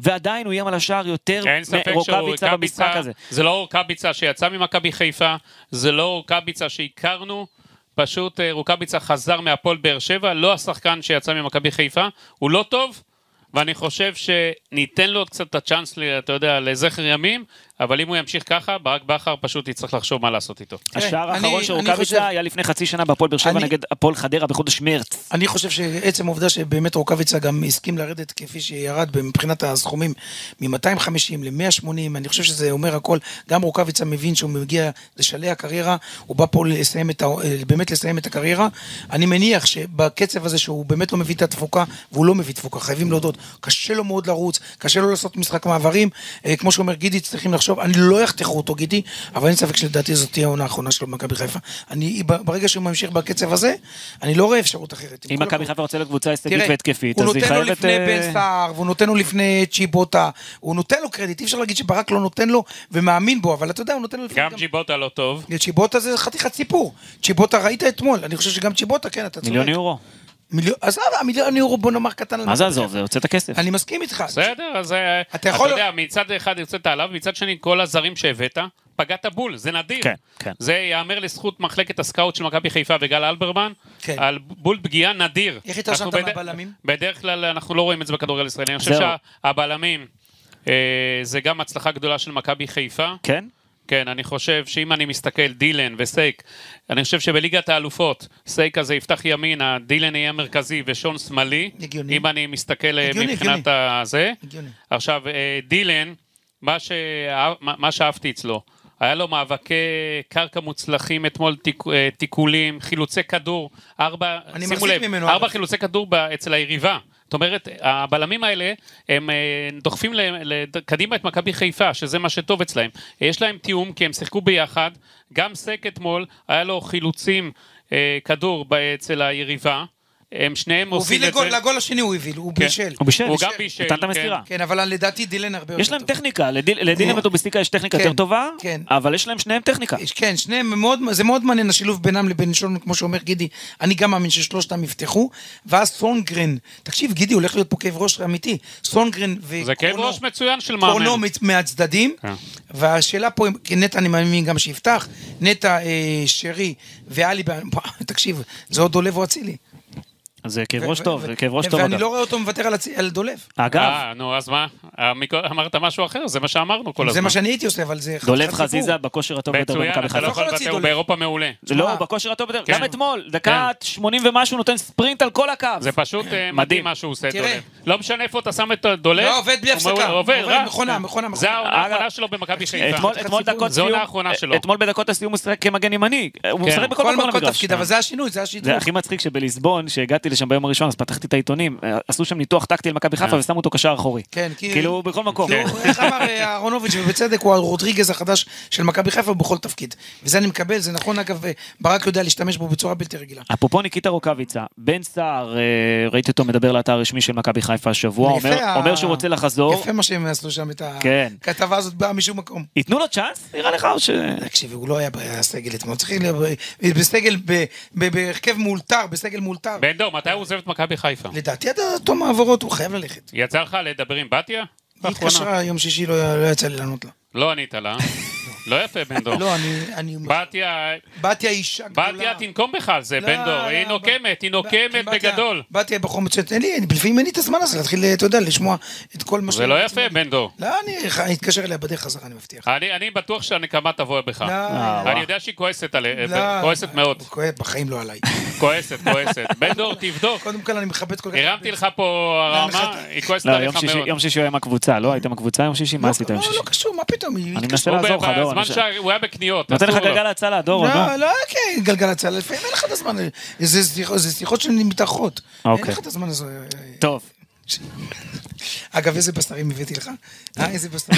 ועדיין הוא איים על השער יותר אין ספק שהוא מרוקאביצה במשחק הזה. זה לא רוקאביצה שיצא ממכבי חיפה, זה לא רוקאביצה שהכרנו, פשוט רוקאביצה חזר מהפועל באר שבע, לא השחקן שיצא ממכבי חיפה, הוא לא טוב, ואני חושב שניתן לו קצת את הצ'אנס, אתה יודע, לזכר ימים, אבל אם הוא ימשיך ככה, ברק בכר פשוט יצטרך לחשוב מה לעשות איתו. השער האחרון של רוקאביצה היה לפני חצי שנה בהפועל באר שבע נגד הפועל חדרה בחודש מרץ. אני חושב שעצם העובדה שבאמת רוקאביצה גם הסכים לרדת כפי שירד מבחינת הסכומים מ-250 ל-180, אני חושב שזה אומר הכל, גם רוקאביצה מבין שהוא מגיע לשלהי הקריירה, הוא בא פה באמת לסיים את הקריירה, אני מניח שבקצב הזה שהוא באמת לא מביא את התפוקה, והוא לא מביא תפוקה, חייבים להודות, קשה לו מאוד לרוץ, קשה לו לעשות משחק מעברים, כמו שאומר גידי, צריכים לחשוב, אני לא יחתכו אותו גידי, אבל אין ספק שלדעתי זאת תהיה העונה האחרונה שלו במכבי חיפה. ברגע שהוא ממשיך בקצב הזה, אני לא רואה אפשרות אחרת. אם מכבי חיפה רוצה לקבוצה הישגית והתקפית, הוא אז היא נותן לו חייבת... לפני בן סער, והוא נותן לו לפני צ'יבוטה, הוא נותן לו קרדיט, אי אפשר להגיד שברק לא נותן לו ומאמין בו, אבל אתה יודע, הוא נותן לו לפני... גם צ'יבוטה לא טוב. צ'יבוטה זה חתיכת סיפור. צ'יבוטה ראית אתמול, אני חושב שגם צ'יבוטה, כן, אתה צודק. €1,000,000. אז $1,000,000 בוא נאמר קטן. מה זה עזוב? זה יוצא את הכסף. אני מסכים איתך. בסדר, אז אתה יודע, מצד אחד יוצאת עליו, מצד שני כל הזרים שהבאת, פגעת בול, זה נדיר. כן, כן. זה יאמר לזכות מחלקת הסקאוט של מכבי חיפה וגל אלברמן, על בול פגיעה נדיר. איך התרשמת מהבלמים? בדרך כלל אנחנו לא רואים את זה בכדורגל הישראלי. אני חושב שהבלמים זה גם הצלחה גדולה של מכבי חיפה. כן? כן, אני חושב שאם אני מסתכל, דילן וסייק, אני חושב שבליגת האלופות, סייק הזה יפתח ימינה, דילן יהיה מרכזי ושון שמאלי, הגיוני. אם אני מסתכל מבחינת הזה. עכשיו, דילן, מה שאהבתי אצלו, היה לו מאבקי קרקע מוצלחים אתמול, תיקולים, חילוצי כדור, 4 חילוצי כדור אצל היריבה. זאת אומרת, הבלמים האלה, הם דוחפים קדימה את מכבי חיפה, שזה מה שטוב אצלהם. יש להם תיאום, כי הם שיחקו ביחד, גם סק אתמול, היה לו חילוצים כדור אצל היריבה, הם שניהם עושים את זה. לגול השני הוא הביל, הוא בישל. הוא גם בישל. נתן את המסירה. כן, אבל לדעתי דילן הרבה יותר יש להם טכניקה, לדילן וטוביסטיקה יש טכניקה יותר טובה, אבל יש להם שניהם טכניקה. כן, שניהם, זה מאוד מעניין השילוב בינם לבין שון, כמו שאומר גידי, אני גם מאמין ששלושתם יפתחו, ואז סונגרן, תקשיב גידי, הולך להיות פה כאב ראש אמיתי, סונגרן וקורנו, זה כאב ראש מצוין של מאמן. קורנו מהצדדים, והשאלה פה, נטע אני מאמין גם שיפתח, נטע שרי ואלי, תקשיב, זה עוד דולב או אצילי. אז זה כאב ראש טוב, זה כאב ראש טוב. ואני לא רואה אותו מוותר על דולב. אגב. נו, אז מה? אמרת משהו אחר, זה מה שאמרנו כל הזמן. זה מה שאני הייתי עושה, אבל זה דולב חזיזה בכושר הטוב ביותר במכבי חיפה. אתה לא יכול לוותר, הוא באירופה מעולה. לא, בכושר הטוב ביותר. גם אתמול, דקה 80 ומשהו נותן ספרינט על כל הקו. זה פשוט מדהים מה שהוא עושה, דולב. לא משנה איפה אתה שם את דולב. לא, עובד בלי הפסקה. עובד, מכונה. זה האחרונה שלו במכבי חיפה. זו האחרונה שלו. אתמול בדקות הסיום הוא משחק כמגן ימני. הוא משחק בכל מקום במגרש. אבל זה השינוי, זה הכי מצחיק שבליסבון, שהגעתי לשם ביום הראשון, אז פתחתי את העיתונים, עשו שם ניתוח טקטי למכבי חיפה ושמו אותו קשר אחורי. כן, כאילו בכל מקום. איך אמר אהרונוביץ' ובצדק, הוא הרודריגז החדש של מכבי חיפה בכל תפקיד. וזה אני מקבל, זה נכון אגב, ברק יודע להשתמש בו בצורה בלתי רגילה. אפרופו ניקיטה רוקאביצה, בן סער, ראיתי אותו מדבר לאתר הרשמי של מכבי חיפה השבוע, אומר שהוא רוצה לחזור. יפה מה שהם עשו שם את הכתבה הזאת באה משום מקום. ייתנו לו צ'אנס? נראה לך או ש... תקשיב, הוא לא היה בסגל אתמול, צריך בסגל, בהרכב מאולתר, בסגל מאולתר. בן דור, מתי הוא עוזב את מכבי חיפה? לדעתי עד תום העברות הוא חייב ללכת. יצא לך לדבר עם בתיה? היא התקשרה יום שישי, לא יצא לי לענות לה. לא ענית לה. לא יפה, בן דור. לא, אני... בתיה אישה גדולה. בתיה תנקום בכלל, זה בן דור. היא נוקמת בגדול. בתיה בחור מצוין. לפעמים אין לי את הזמן הזה להתחיל, אתה יודע, לשמוע את כל מה ש... זה לא יפה, בן דור. לא, אני אתקשר אליה בדרך חזרה, אני מבטיח. אני בטוח שהנקמה תבוא בך. אני יודע שהיא כועסת מאוד. בחיים לא עליי. כועסת. בן דור, תבדוק. קודם כל אני מכבד כל כך. הרמתי לך פה הרמה, היא כועסת עליך מאוד. יום שישי הוא היה עם הקבוצה, לא? הייתם הקבוצה יום שישי? מה עשית יום שישי? לא קשור, מה פתאום? אני מנסה לעזור לך, דור. בזמן שהוא היה בקניות. נותן לך גלגל הצלה, דור. לא, כן, גלגל הצלה. לפעמים אין לך את הזמן. זה שיחות של מתאחות. אין לך את הזמן הזה. טוב. אגב, איזה בשרים הבאתי לך? איזה בשרים?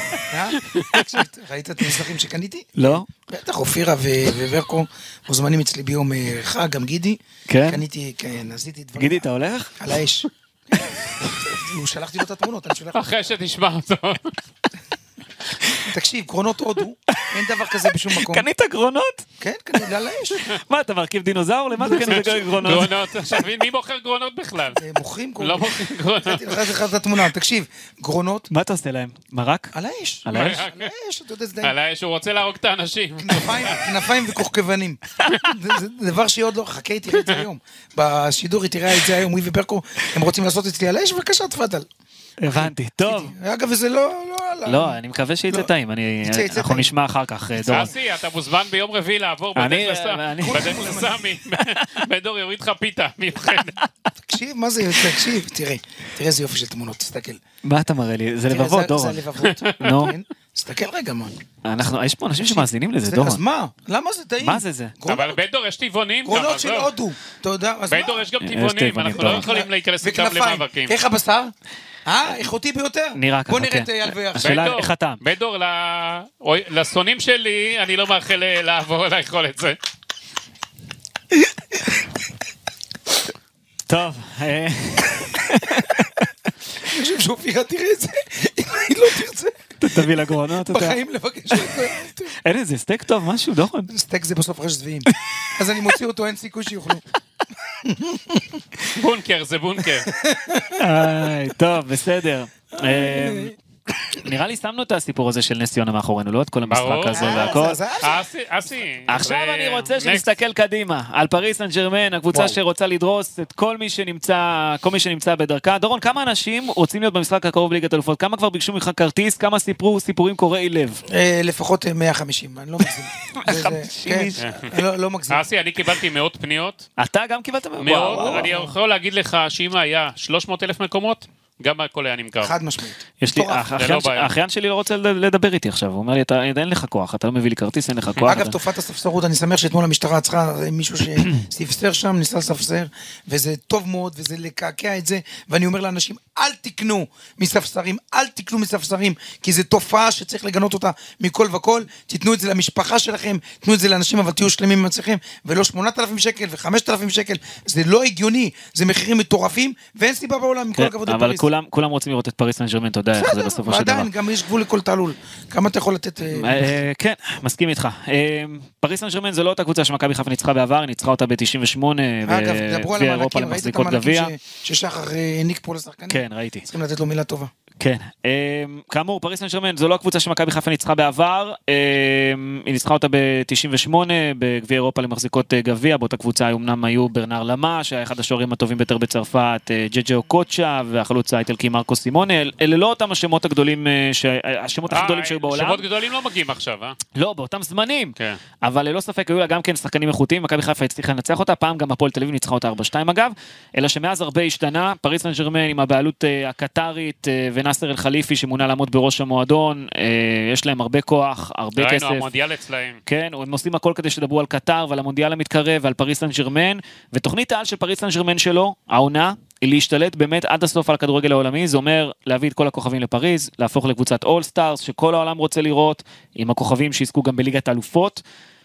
ראית את המסלחים שקניתי? לא. בטח, אופירה וברקו מוזמנים אצלי ביום חג, גם גידי. כן? קניתי, כן, עשיתי דברים. גידי, אתה הולך? על האש. הוא שלחתי לו את התמונות, אני שולח. אחרי שתשמע אותו. תקשיב, קרונות הודו, אין דבר כזה בשום מקום. קנית קרונות? כן, כנראה על האש. מה, אתה מרכיב דינוזאור? למה זה כנראה גרונות? גרונות, עכשיו, מי מוכר גרונות בכלל? מוכרים לא גרונות. מוכרים גרונות. נתתי לך את התמונה, תקשיב, גרונות מה אתה עושה להם? מרק? על האש. על האש? על האש, אתה יודע, זה די... על האש, הוא רוצה להרוג את האנשים. כנפיים וכוכבנים. זה דבר שעוד לא, חכה, תראה את זה היום. בשידור היא תראה את זה היום, ווי וברקו, הם רוצים לעשות אצלי על האש, בבקשה, תפדל. הבנתי, טוב. אגב, וזה לא... לא, אני מקווה שיצא טעים, אנחנו נשמע אחר כך, דורון. אסי, אתה מוזמן ביום רביעי לעבור בדרך לסמי. בדור יוריד לך פיתה מיוחדת. תקשיב, מה זה, תקשיב, תראה איזה יופי של תמונות, תסתכל. מה אתה מראה לי? זה לבבות, דורון. זה לבבות. נו. תסתכל רגע, מה. יש פה אנשים שמאזינים לזה, דורון. אז מה? למה זה טעים? מה זה? אבל בדור יש טבעונים. גרונות של הודו. אתה יודע, אז מה? בדור יש גם טבעונים, אנחנו לא יכולים להיכנס איתם למאבקים. איך הבשר? איכותי ביותר? נראה ככה, בוא נראה כן. את אייל ויח. השאלה איך הטעם. בדור, לשונאים שלי, אני לא מאחל לעבור לאכול את זה. טוב. אני חושב שאופירה תראה את זה, אם היא לא תרצה. תביא לגרונות. בחיים לבקש. אין איזה סטייק טוב, משהו, דורון. סטייק זה בסוף ראש זביעים. אז אני מוציא אותו, אין סיכוי שיוכלו. בונקר, זה בונקר. טוב, בסדר. נראה לי שמנו את הסיפור הזה של נס ציונה מאחורינו, לא את כל המשחק הזה והכל. אסי. עכשיו אני רוצה שנסתכל קדימה על פריס סן ז'רמן, הקבוצה שרוצה לדרוס את כל מי שנמצא בדרכה. דורון, כמה אנשים רוצים להיות במשחק הקרוב בליגת האלופות? כמה כבר ביקשו ממך כרטיס? כמה סיפורים קורעי לב? לפחות 150, אני לא מגזים. 150 איש. לא מגזים. אסי, אני קיבלתי מאות פניות. אתה גם קיבלת? מאות. אני יכול להגיד לך שאם היה 300,000 מקומות, גם הכל היה נמכר. חד משמעית. יש לי, האחיין שלי לא רוצה לדבר איתי עכשיו, הוא אומר לי, אין לך כוח, אתה לא מביא לי כרטיס, אין לך כוח. אגב, תופעת הספסרות, אני שמח שאתמול המשטרה צריכה מישהו שספסר שם, ניסה לספסר, וזה טוב מאוד, וזה לקעקע את זה, ואני אומר לאנשים, אל תקנו מספסרים, כי זו תופעה שצריך לגנות אותה מכל וכל, תתנו את זה למשפחה שלכם, תתנו את זה לאנשים, אבל תהיו שלמים עם עצמכם, ולא 8,000 שקל ו5,000 שקל, זה לא הגיוני, זה מחירים מטורפים, ואין סיבה בעולם, מכל הכבוד לפריס. כולם רוצים לראות את פריס סן ז'רמן, אתה יודע איך זה בסופו של דבר. ועדיין, גם יש גבול לכל תעלול. כמה אתה יכול לתת... כן, מסכים איתך. פריס סן ז'רמן זה לא אותה קבוצה שמכבי חיפה ניצחה בעבר, היא ניצחה אותה ב-98, אגב, דברו על המענקים, ראית את המענקים ששחר העניק פה לשחקנים? כן, ראיתי. צריכים לתת לו מילה טובה. כן, כאמור, פריס סן ז'רמן זו לא הקבוצה שמכבי חיפה ניצחה בעבר, היא ניצחה אותה ב-98, בגביע אירופה למחזיקות גביע, באותה קבוצה אמנם היו ברנר למה, שהיה אחד השוערים הטובים ביותר בצרפת, ג'ג'ו קוצ'ה, והחלוץ האיטלקי מרקו סימונה, אלה לא אותם השמות הגדולים, השמות הכי גדולים שהיו בעולם. שמות גדולים לא מגיעים עכשיו, לא, באותם זמנים, כן. אבל ללא ספק היו לה גם כן שחקנים איכותיים, מכבי חיפה הצליחה לנצח אותה, פעם גם הפועל תל אביב ניצחה אותה 4-2 אגב, אלא שמאז הרבה השתנה, פריס סן ז'רמן עם הבעלות הקטרית ונאסר אל חליפי שמונה לעמוד בראש המועדון, יש להם הרבה כוח, הרבה כסף. ראינו המונדיאל אצלהם. כן, הם עושים הכל כדי שדברו על קטר ועל המונדיאל המתקרב ועל פריס סן ז'רמן, ותוכנית העל של פריס סן ז'רמן שלו, העונה, היא להשתלט באמת עד הסוף על הכדורגל העולמי, זה אומר להביא את כל הכוכבים לפריז, להפוך לקבוצת אול סטארס שכל העולם רוצה לראות, עם הכוכבים שיזכו גם בליגת האלופות.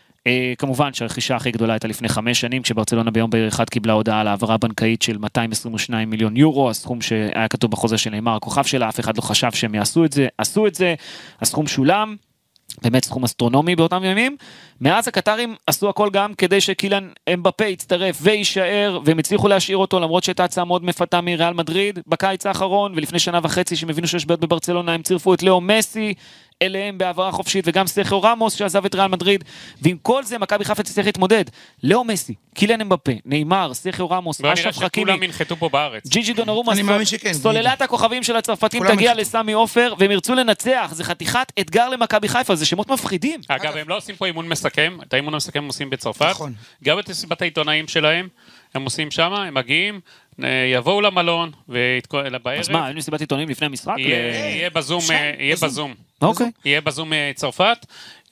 כמובן שהרכישה הכי גדולה הייתה לפני 5 שנים, כשברצלונה ביום בהיר אחד קיבלה הודעה על העברה בנקאית של 222 מיליון יורו, הסכום שהיה כתוב בחוזה של נאמר, הכוכב שלה, אף אחד לא חשב שהם יעשו את זה, עשו את זה, הסכום שולם, באמת סכום אסטרונומי באותם ימים. מאז הקטרים עשו הכל גם כדי שקילן אמבפה יצטרף ויישאר, והם הצליחו להשאיר אותו, למרות שהייתה הצעה מאוד מפתה מריאל מדריד בקיץ האחרון, ולפני 1.5 שנה שהם הבינו שיש בעיות בברצלונה, הם צירפו את לאו מסי אליהם בעברה חופשית, וגם סרחיו רמוס שעזב את ריאל מדריד, ועם כל זה מכבי חיפה תצטרך להתמודד. לאו מסי, קילן אמבפה, נאמר, סרחיו רמוס, אשרף חכימי, כולם ינחתו פה בארץ. ג'יג'י דונרומה, שכן, סוללת הכוכבים של הצרפתים תגיע לסמי עופר, והם ירצו לנצח, זה חתיכת אתגר למכבי חיפה, זה שמות מפחידים. אגב, הם לא עושים פה אימון מסכם, את האימון המסכם הם עושים בצרפת, נכון. גם את מסיבת העיתונאים שלהם, הם עושים שם, הם מגיעים, יבואו למלון, בערב. אז מה, אין מסיבת עיתונאים לפני המשחק? יהיה בזום. אוקיי. יהיה בזום צרפת,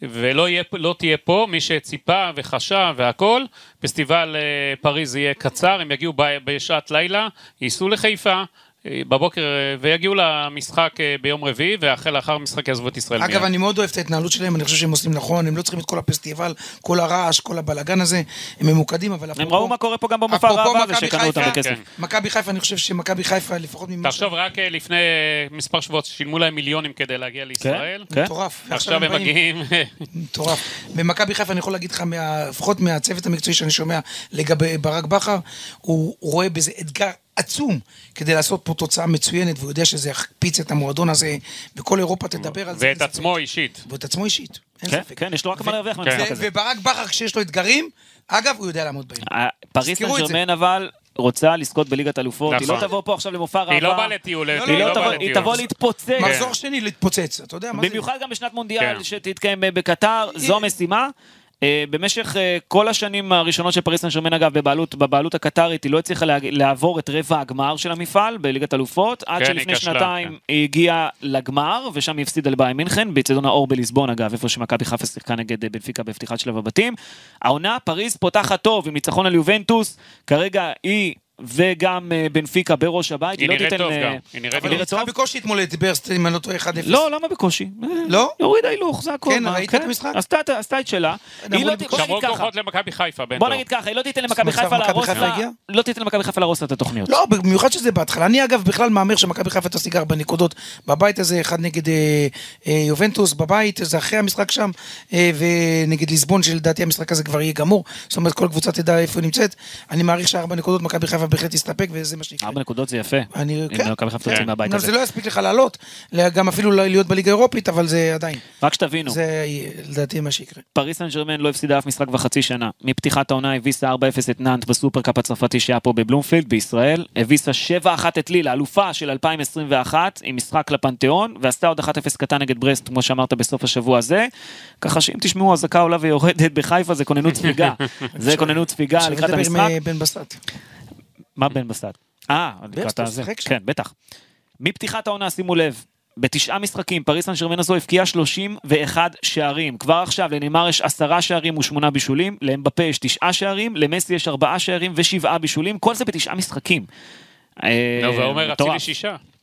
ולא תהיה פה, מי שציפה וחשב והכל, פסטיבל פריז יהיה קצר, הם יגיעו בשעת לילה, ייסעו לחיפה, בבוקר, ויגיעו למשחק ביום רביעי, לאחר המשחק יעזבו את ישראל. אגב, אני מאוד אוהב את ההתנהלות שלהם, אני חושב שהם עושים נכון, הם לא צריכים את כל הפסטיבל, כל הרעש, כל הבלגן הזה, הם ממוקדים, אבל הם ראו מה קורה פה גם במופע הרעבה, זה שקנו אותם בכסף. מכבי חיפה, אני חושב שמכבי חיפה, לפחות ממה... תחשוב, רק לפני מספר שבועות שילמו להם מיליונים כדי להגיע לישראל. מטורף. עכשיו הם מגיעים. מטורף. במכבי חיפה אני יכול להגיד לך, לפחות מהצוות המקצועי שאני שומע לגבי ברק בכר, הוא רואה בזה אתגר עצום כדי לעשות פה תוצאה מצוינת, והוא יודע שזה יקפיץ את המועדון הזה, וכל אירופה תדבר על זה. ואת עצמו אישית. ואת עצמו אישית. כן, יש לו רק מה להרוויח מהמשחק הזה. וברק בכר, כשיש לו אתגרים, אגב, הוא יודע לעמוד בהם. פריס סן ז'רמן אבל רוצה לזכות בליגת אלופות, היא לא תבוא פה עכשיו למופע רעבה. היא לא באה לטיול. היא תבוא להתפוצץ. מחזור שני להתפוצץ, אתה יודע מה זה? במיוחד גם בשנת מונדיאל שתתקיים בקטר, זו המשימה. במשך כל השנים הראשונות של פריס סן ז'רמן, אגב, בבעלות הקטרית, היא לא הצליחה לעבור את רבע הגמר של המפעל בליגת אלופות, עד שלפני שנתיים היא הגיעה לגמר, ושם היא הפסידה לבאיירן מינכן, באצטדיון האור בליסבון, אגב, איפה שמכבי חיפה שיחקה נגד בנפיקה בפתיחת שלב הבתים. העונה, פריז פותחת טוב עם ניצחון על יובנטוס, כרגע היא וגם בנפיקה בראש הבית. היא נראית טוב גם. היא נראית טוב. בקושי אתמול ברסט, אם אני לא טועה 1-0. לא, למה בקושי? לא? יורידה הילוך, זה הכל. כן, ראית את המשחק? עשתה את שלה. שמרו כוחות למכבי חיפה. בוא נגיד ככה, היא לא תיתן למכבי חיפה להרוס את התוכניות. לא, במיוחד שזה בהתחלה. אני אגב בכלל מאמר שמכבי חיפה תשיג 4 נקודות בבית הזה, אחד נגד יובנטוס בבית, זה אחרי המשחק שם, ונגד ליסבון, שלדעתי המשחק הזה כבר יהיה גמור. זאת אומרת, כל קבוצה תדע איפה נמצאת. אני מעריך ש4 נקודות מכבי חיפה בהחלט יסתפק, וזה מה שיקרה. 4 נקודות זה יפה. מכבי חיפה תוציא מהבית הזה. זה לא יספיק לך לעלות, גם אפילו להיות בליגה האירופית, אבל זה עדיין. רק שתבינו. זה לדעתי מה שיקרה. פריס סן ז'רמן לא הפסידה אף משחק וחצי שנה. מפתיחת העונה הביסה 4-0 את נאנט בסופרקאפ הצרפתי שהיה פה בבלומפילד בישראל, הביסה 7-1 את ליל, האלופה של 2021, עם משחק לפנתיאון, ועשתה עוד 1-0 קטן נגד ברסט, כמו שאמרת בסוף השבוע הזה. ככה שאם תשמעו, הזקה עולה ויורדת בחיפה, זה כוננות ספיגה. זה כוננות ספיגה לקראת המשחק. מה בן בסט? לקראת הזה. כן, בטח. מפתיחת העונה, שימו לב, ב9 משחקים, פריס סן ז'רמן הזו הבקיעה 31 שערים. כבר עכשיו לניימר יש 10 שערים ו8 בישולים, לאמבפה יש 9 שערים, למסי יש 4 שערים ו7 בישולים, כל זה ב9 משחקים. ועומר אצילי 6.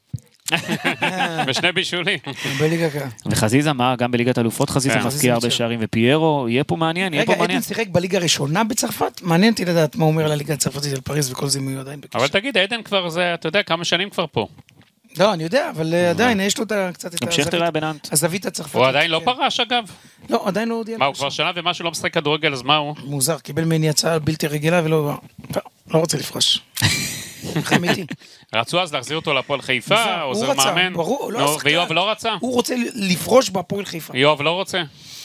ושני בישולים. בליגה כאן. וחזיזה, מה? גם בליגת אלופות חזיזה מבקיע הרבה שערים, ופיירו, יהיה פה מעניין, יהיה פה מעניין. עדן שיחק בליגה הראשונה בצרפת? מעניין אותי לדעת מה אומר על הליגה הצרפתית של פריז וכל זה מיועד עדיין בקשר. אבל תגיד, עדן כבר זה, אתה יודע, כמה שנים כבר פה. לא, אני יודע, אבל עדיין יש לו קצת את הזווית הצרפתית. הוא עדיין לא פרש אגב? לא, עדיין לא הודיע. מה, הוא כבר שנה ומשהו לא משחק כדורגל, אז מה הוא? מוזר, קיבל ממני הצעה בלתי רגילה ולא רוצה לפרש. חמיתי. רצו אז להחזיר אותו לפועל חיפה, עוזר מאמן. ויואב לא רצה? הוא רוצה לפרוש בהפועל חיפה. יואב לא רוצה?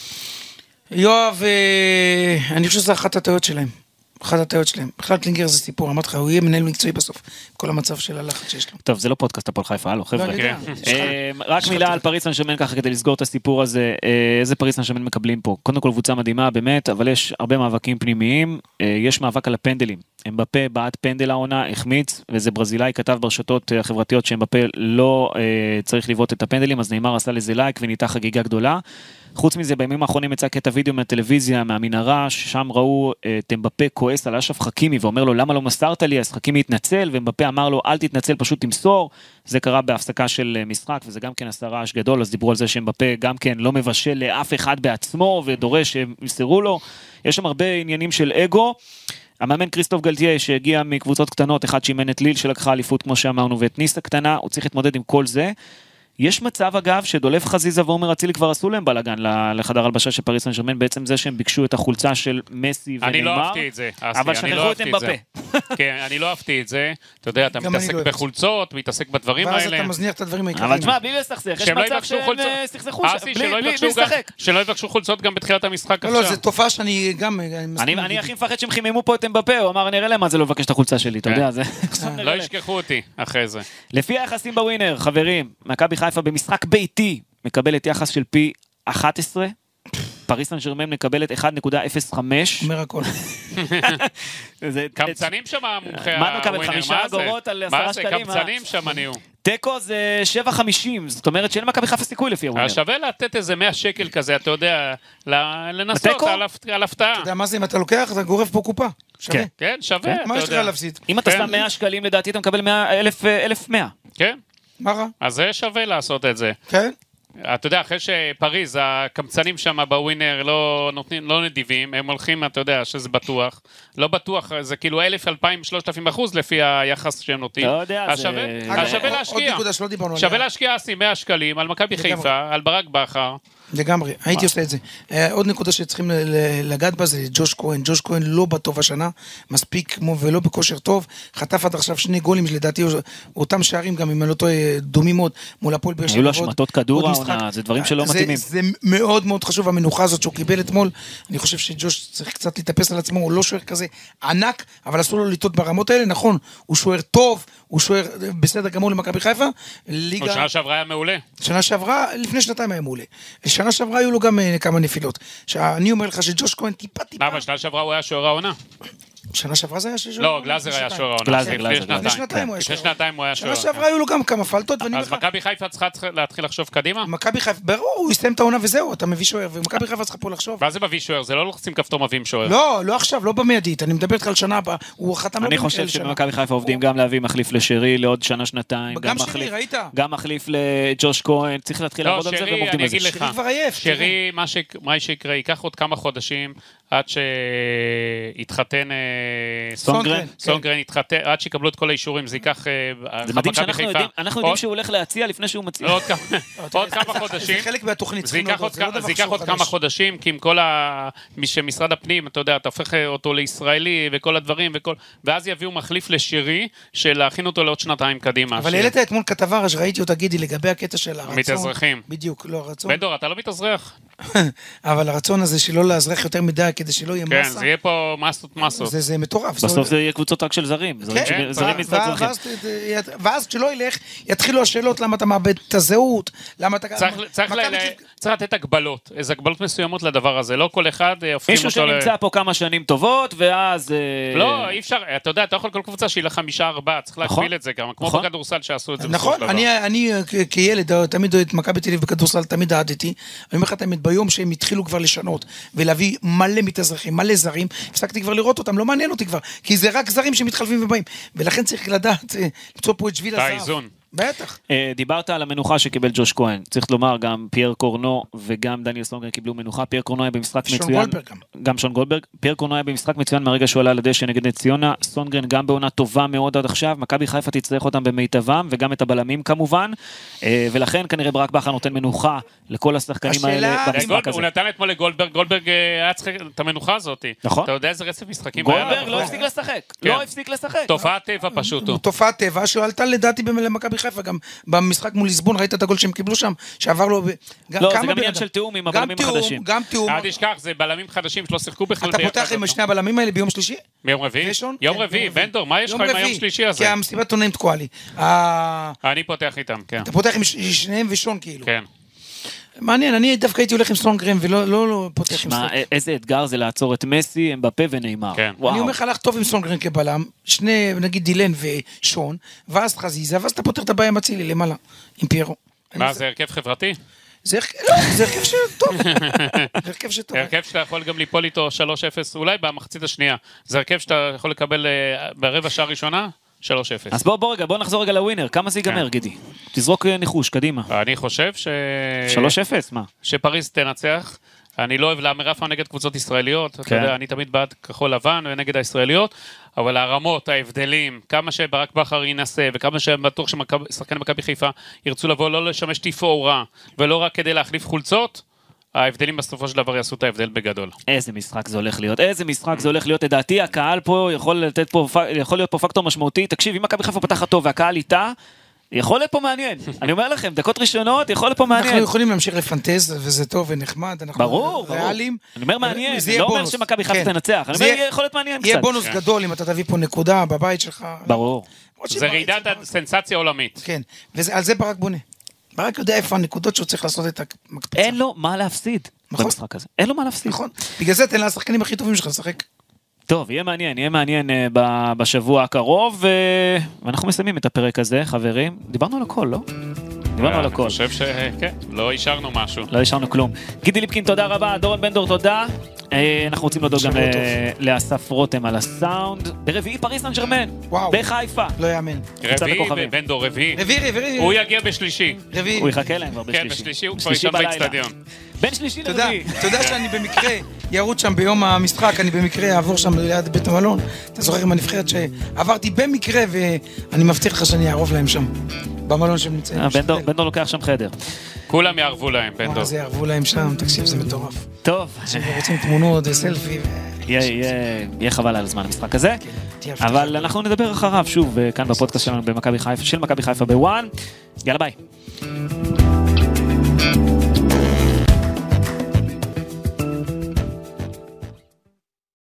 יואב, אני חושב שזה אחת הטעויות שלהם. בכלל קלינגר זה סיפור, אמרתי לך, הוא יהיה מנהל מקצועי בסוף. כל המצב של הלחץ שיש לו. טוב, זה לא פודקאסט הפועל חיפה, הלו, חבר'ה. רק מילה על פריס סן ז'רמן ככה כדי לסגור את הסיפור הזה, איזה פריס סן ז'רמן מקבלים פה. קודם כל קבוצה מדהימה, באמת, אבל יש הרבה מאבקים פנימיים, יש מאבק על הפנדלים. אמבפה בעד פנדל העונה, החמיץ, וזה ברזילאי כתב ברשתות החברתיות שאמבפה לא צריך לבעוט את הפנדלים, אז ניימר עשה לזה לייק וניתה חגיגה גדולה. חוץ מזה, בימים האחרונים יצא קטע וידאו מהטלוויזיה, מהמנהרה, ששם ראו את אמבפה כועס על אשרף חכימי, ואומר לו, למה לא מסרת לי? אז חכימי התנצל, ואמבפה אמר לו, אל תתנצל, פשוט תמסור. זה קרה בהפסקה של משחק, וזה גם כן עשה רעש גדול, אז דיברו על זה שאמבפה גם כן לא מבשל לאף אחד בעצמו, ודורש שהם ימסרו לו. יש שם הרבה עניינים של אגו. המאמן כריסטוף גלטיה שהגיע מקבוצות קטנות, אחד שאימן את ליל שלקחה אליפות כמו שאמרנו, ואת ניס הקטנה, הוא צריך להתמודד עם כל זה. יש מצב אגב שדולף חזיזה ועומר אצילי כבר עשו להם בלגן לחדר הלבשה של פריס סן ז'רמן, בעצם זה שהם ביקשו את החולצה של מסי וניימר. אני לא אהבתי את זה, אבל שכחו את אמבפה. כן, אני לא אהבתי את זה. אתה יודע, אתה מתעסק בחולצות, מתעסק בדברים האלה. ואז אתה מזניח את הדברים העיקריים. אבל תשמע, בלי לסכסך, יש מצב שהם סכסכו, בלי לשחק. שלא יבקשו חולצות גם בתחילת המשחק עכשיו. לא, זה תופעה שאני גם... אני הכי מפחד שהם חיממו פה את אמבפה, הוא אמר, נראה להם מה זה לא לבקש את החולצה שלי, אתה יודע, זה... לא ישכחו אותי אחרי זה. לפי היחסים בווינר, חברים, מכבי חיפה במשחק ביתי מקבלת יחס של פי 11, פריס סן ז'רמן מקבלת 1.05. אומר הכל. קמצנים שם המומחה מה מקבל 5 אגורות על 10 שקלים? מה זה? קמצנים שם נהיו. תיקו זה 7.50, זאת אומרת שאין מכבי חיפה סיכוי לפי הווינר. שווה לתת איזה 100 שקל כזה, אתה יודע, לנסות על הפתעה. אתה יודע מה זה, אם אתה לוקח, אתה גורף פה קופה. שווה. כן, שווה. מה יש לך להפסיד? אם אתה שם 100 שקלים, לדעתי אתה מקבל 1,100. כן. מה רע? אז זה שווה לעשות את זה. כן. אתה יודע, אחרי שפריז, הקמצנים שם בווינר לא נדיבים, הם הולכים, אתה יודע, שזה בטוח. לא בטוח, זה כאילו 1,000, 2,000, 3,000% לפי היחס שהם נותנים. לא יודע, אז שווה להשקיע. שווה להשקיע 100 שקלים על מכבי חיפה, על ברק בכר. לגמרי, הייתי עושה את זה. עוד נקודה שצריכים לגעת בה זה ג'וש כהן. ג'וש כהן לא בטוב השנה, מספיק ולא בכושר טוב, חטף עד עכשיו 2 גולים, לדעתי אותם שערים גם אם אני לא טועה דומים מאוד מול הפועל באר שבע. היו לו השמטות כדור העונה, זה דברים שלא מתאימים. זה מאוד מאוד חשוב, המנוחה הזאת שהוא קיבל אתמול, אני חושב שג'וש צריך קצת להתאפס על עצמו, הוא לא שוער כזה ענק, אבל אסור לו לטעות ברמות האלה, נכון, הוא שוער טוב, הוא שוער בסדר גמור למכבי חיפה, שנה שעברה היה מעולה. שנה שעברה, לפני שנתיים היה מעולה. שנה שעברה היו לו גם כמה נפילות. אני אומר לך שג'וש כהן טיפה... למה? שנה שעברה הוא היה שוער העונה. שנה שעברה זה היה שוער העונה? לא, גלאזר היה שוער העונה. לפני שנתיים הוא היה לפני שנתיים הוא היה שוער. שנה שעברה היו לו גם כמה פלטות. אז מכבי חיפה צריכה להתחיל לחשוב קדימה? מכבי חיפה, ברור, הוא יסיים את העונה וזהו, אתה מביא שוער, ומכבי חיפה צריכה פה לחשוב. מה זה מביא שוער? זה לא לוחצים כפתור מביאים שוער. לא, לא עכשיו, לא במיידית, אני מדבר איתך על שנה הבאה, הוא חתם אני חושב שבמכבי חיפה עובדים גם להביא מחליף לשרי לעוד שנה, שנתיים. גם שרי, ראית? גם מחליף לג'וש כהן, צריך להתחיל לעבוד על זה והם עובדים על זה. שרי כבר עייף. שרי, מה שיקרה, ייקח עוד כמה חודשים עד שיתחתן סונגרן יתחתן, עד שיקבלו את כל האישורים, זה ייקח... זה מדהים שאנחנו יודעים שהוא הולך להציע לפני שהוא מציע. עוד כמה חודשים. זה חלק מהתוכנית. זה ייקח עוד כמה חודשים, כי עם כל משרד הפנים, אתה יודע, אתה הופך אותו לישראלי וכל הדברים, ואז יביאו מחליף לשירי, שלהכין אותו לעוד שנתיים קדימה. אבל העלית אתמול כתבה, ראיתי אותה גידי, לגבי הקטע של הרצון. מתאזרחים. בדיוק, לא הרצון. בן דור, אתה לא מתאזרח. אבל הרצון הזה שלא להזרח יותר מדי, כדי שלא יהיה מסה. כן, זה יהיה פה מסות. זה מטורף. בסוף זה יהיה קבוצות רק של זרים. זרים מצטרכים. ואז כשלא ילך, יתחילו השאלות למה אתה מאבד את הזהות, למה אתה... צריך לתת הגבלות, איזה הגבלות מסוימות לדבר הזה, לא כל אחד הופכים אותו... מישהו שנמצא פה כמה שנים טובות, ואז... לא, אי אפשר, אתה יודע, אתה יכול כל קבוצה שיהיה לה 5-4, צריך להגביל את זה גם, כמו בכדורסל שעשו את זה בסוף דבר. נכון, אני כילד, תמיד את מכבי תל אביב בכדורסל, תמיד אהדתי, אני אומר לך תמיד, ביום שהם התחילו כבר לשנות, ולהביא מלא מתאזרחים, מלא זרים, הפסקתי כבר לראות אותם, לא מעניין אותי כבר, כי זה רק זרים שמתחלפים ובאים, ולכן צריך לדעת, למצוא פה את שביל הזהב. בטח. דיברת על המנוחה שקיבל ג'וש כהן, צריך לומר, גם פייר קורנו וגם דניאל סונגרן קיבלו מנוחה, פייר קורנו היה במשחק מצוין, גם שון גולדברג, פייר קורנו היה במשחק מצוין מהרגע שהוא עלה לדשא נגד נס ציונה, סונגרן גם בעונה טובה מאוד עד עכשיו, מכבי חיפה תצטרך אותם במיטבם, וגם את הבלמים כמובן, ולכן כנראה ברק בכר נותן מנוחה לכל השחקנים האלה במשחק הזה. הוא נתן אתמול לגולדברג, גולדברג היה צריך את המנוחה הזאת. נכון. אתה יודע איזה רצף משחקים גולדברג לא הפסיק לשחק. תופעת טבע פשוט. תופעת טבע שעלתה לדעתי למכבי חיפה, גם במשחק מול ליסבון, ראית את הגול שהם קיבלו שם, שעבר לו... לא, זה גם עניין של תיאום עם הבלמים החדשים. גם תיאום. אל תשכח, זה בלמים חדשים שלא שיחקו בכלל. אתה פותח עם שני הבלמים האלה ביום שלישי? ביום רביעי? יום רביעי, ונדור, מה יש לך עם היום שלישי הזה? כי המסיבת עונאים תקועה לי. אני פותח איתם, כן. אתה פותח עם שניהם ושון כאילו. כן. מעניין, אני דווקא הייתי הולך עם סונגרן ולא פותח עם סונגרן. איזה אתגר זה לעצור את מסי, אמבפה וניימר. אני אומר לך, הלך טוב עם סונגרן כבלם, שני, נגיד דילן ושון, ואז חזיזה, ואז אתה פותר את הבעיה מצילי למעלה, עם פיירו. מה, זה הרכב חברתי? זה הרכב שטוב. זה הרכב שטוב. הרכב שאתה יכול גם ליפול איתו 3-0, אולי במחצית השנייה. זה הרכב שאתה יכול לקבל ברבע שעה ראשונה? 3-0. אז בוא נחזור רגע לווינר, כמה זה ייגמר גידי? תזרוק ניחוש, קדימה. אני חושב 3-0, מה? שפריז תנצח, אני לא אוהב להמר אף פעם נגד קבוצות ישראליות, אתה יודע, אני תמיד בעד כחול לבן ונגד הישראליות, אבל הרמות, ההבדלים, כמה שברק בכר ינסה, וכמה שבטוח ששחקני מכבי חיפה ירצו לבוא לא לשמש תפאורה, ולא רק כדי להחליף חולצות, ההבדלים בסופו של דבר יעשו את ההבדל בגדול. איזה משחק זה הולך להיות, לדעתי הקהל פה יכול להיות פה פקטור משמעותי, תקשיב, אם מכבי חיפה פתחה טוב והקהל איתה, יכול להיות פה מעניין, אני אומר לכם, דקות ראשונות יכול להיות פה מעניין. אנחנו יכולים להמשיך לפנטז, וזה טוב ונחמד, ברור, אני אומר מעניין, לא אומר שמכבי חיפה תנצח, אני אומר יכול להיות מעניין קצת. יהיה בונוס גדול אם אתה תביא פה נקודה בבית שלך. ברור. זה רעידת סנסציה עולמית. כן, ועל זה ברק בונה. ברק יודע איפה הנקודות שהוא צריך לעשות את המקפצה. אין לו מה להפסיד. במשחק הזה. אין לו מה להפסיד. נכון. בגלל זה תן לה השחקנים הכי טובים שלך לשחק. טוב, יהיה מעניין בשבוע הקרוב, ואנחנו מסיימים את הפרק הזה, חברים. דיברנו על הכל, לא? דיברנו על הכל. אני חושב שכן, לא אישרנו משהו. לא אישרנו כלום. גידי ליפקין, תודה רבה, דורון בן דור, תודה. אנחנו רוצים להודות גם לאסף רותם על הסאונד. ברביעי פריז סן ז'רמן, בחיפה. לא יאמן. רביעי, בן דור רביעי. רביעי. הוא יגיע בשלישי. הוא יחכה להם כבר בשלישי. כן, בשלישי הוא כבר ישב באצטדיון. בין שלישי לרביעי. אתה יודע שאני במקרה ירוץ שם ביום המשחק, אני במקרה אעבור שם ליד בית המלון. אתה זוכר עם הנבחרת שעברתי במקרה, ואני מבטיח לך שאני אערוב להם שם, במלון שהם נמצאים. בן דור לוקח שם חדר. כולם יערבו להם, בן דור. זה יערבו להם שם, תקשיב, זה מטורף. טוב. רוצים תמונות וסלפי. יהיה חבל על הזמן המשחק הזה. אבל אנחנו נדבר אחריו שוב כאן בפודקאסט שלנו של מכבי חיפה בוואן. יאללה ביי.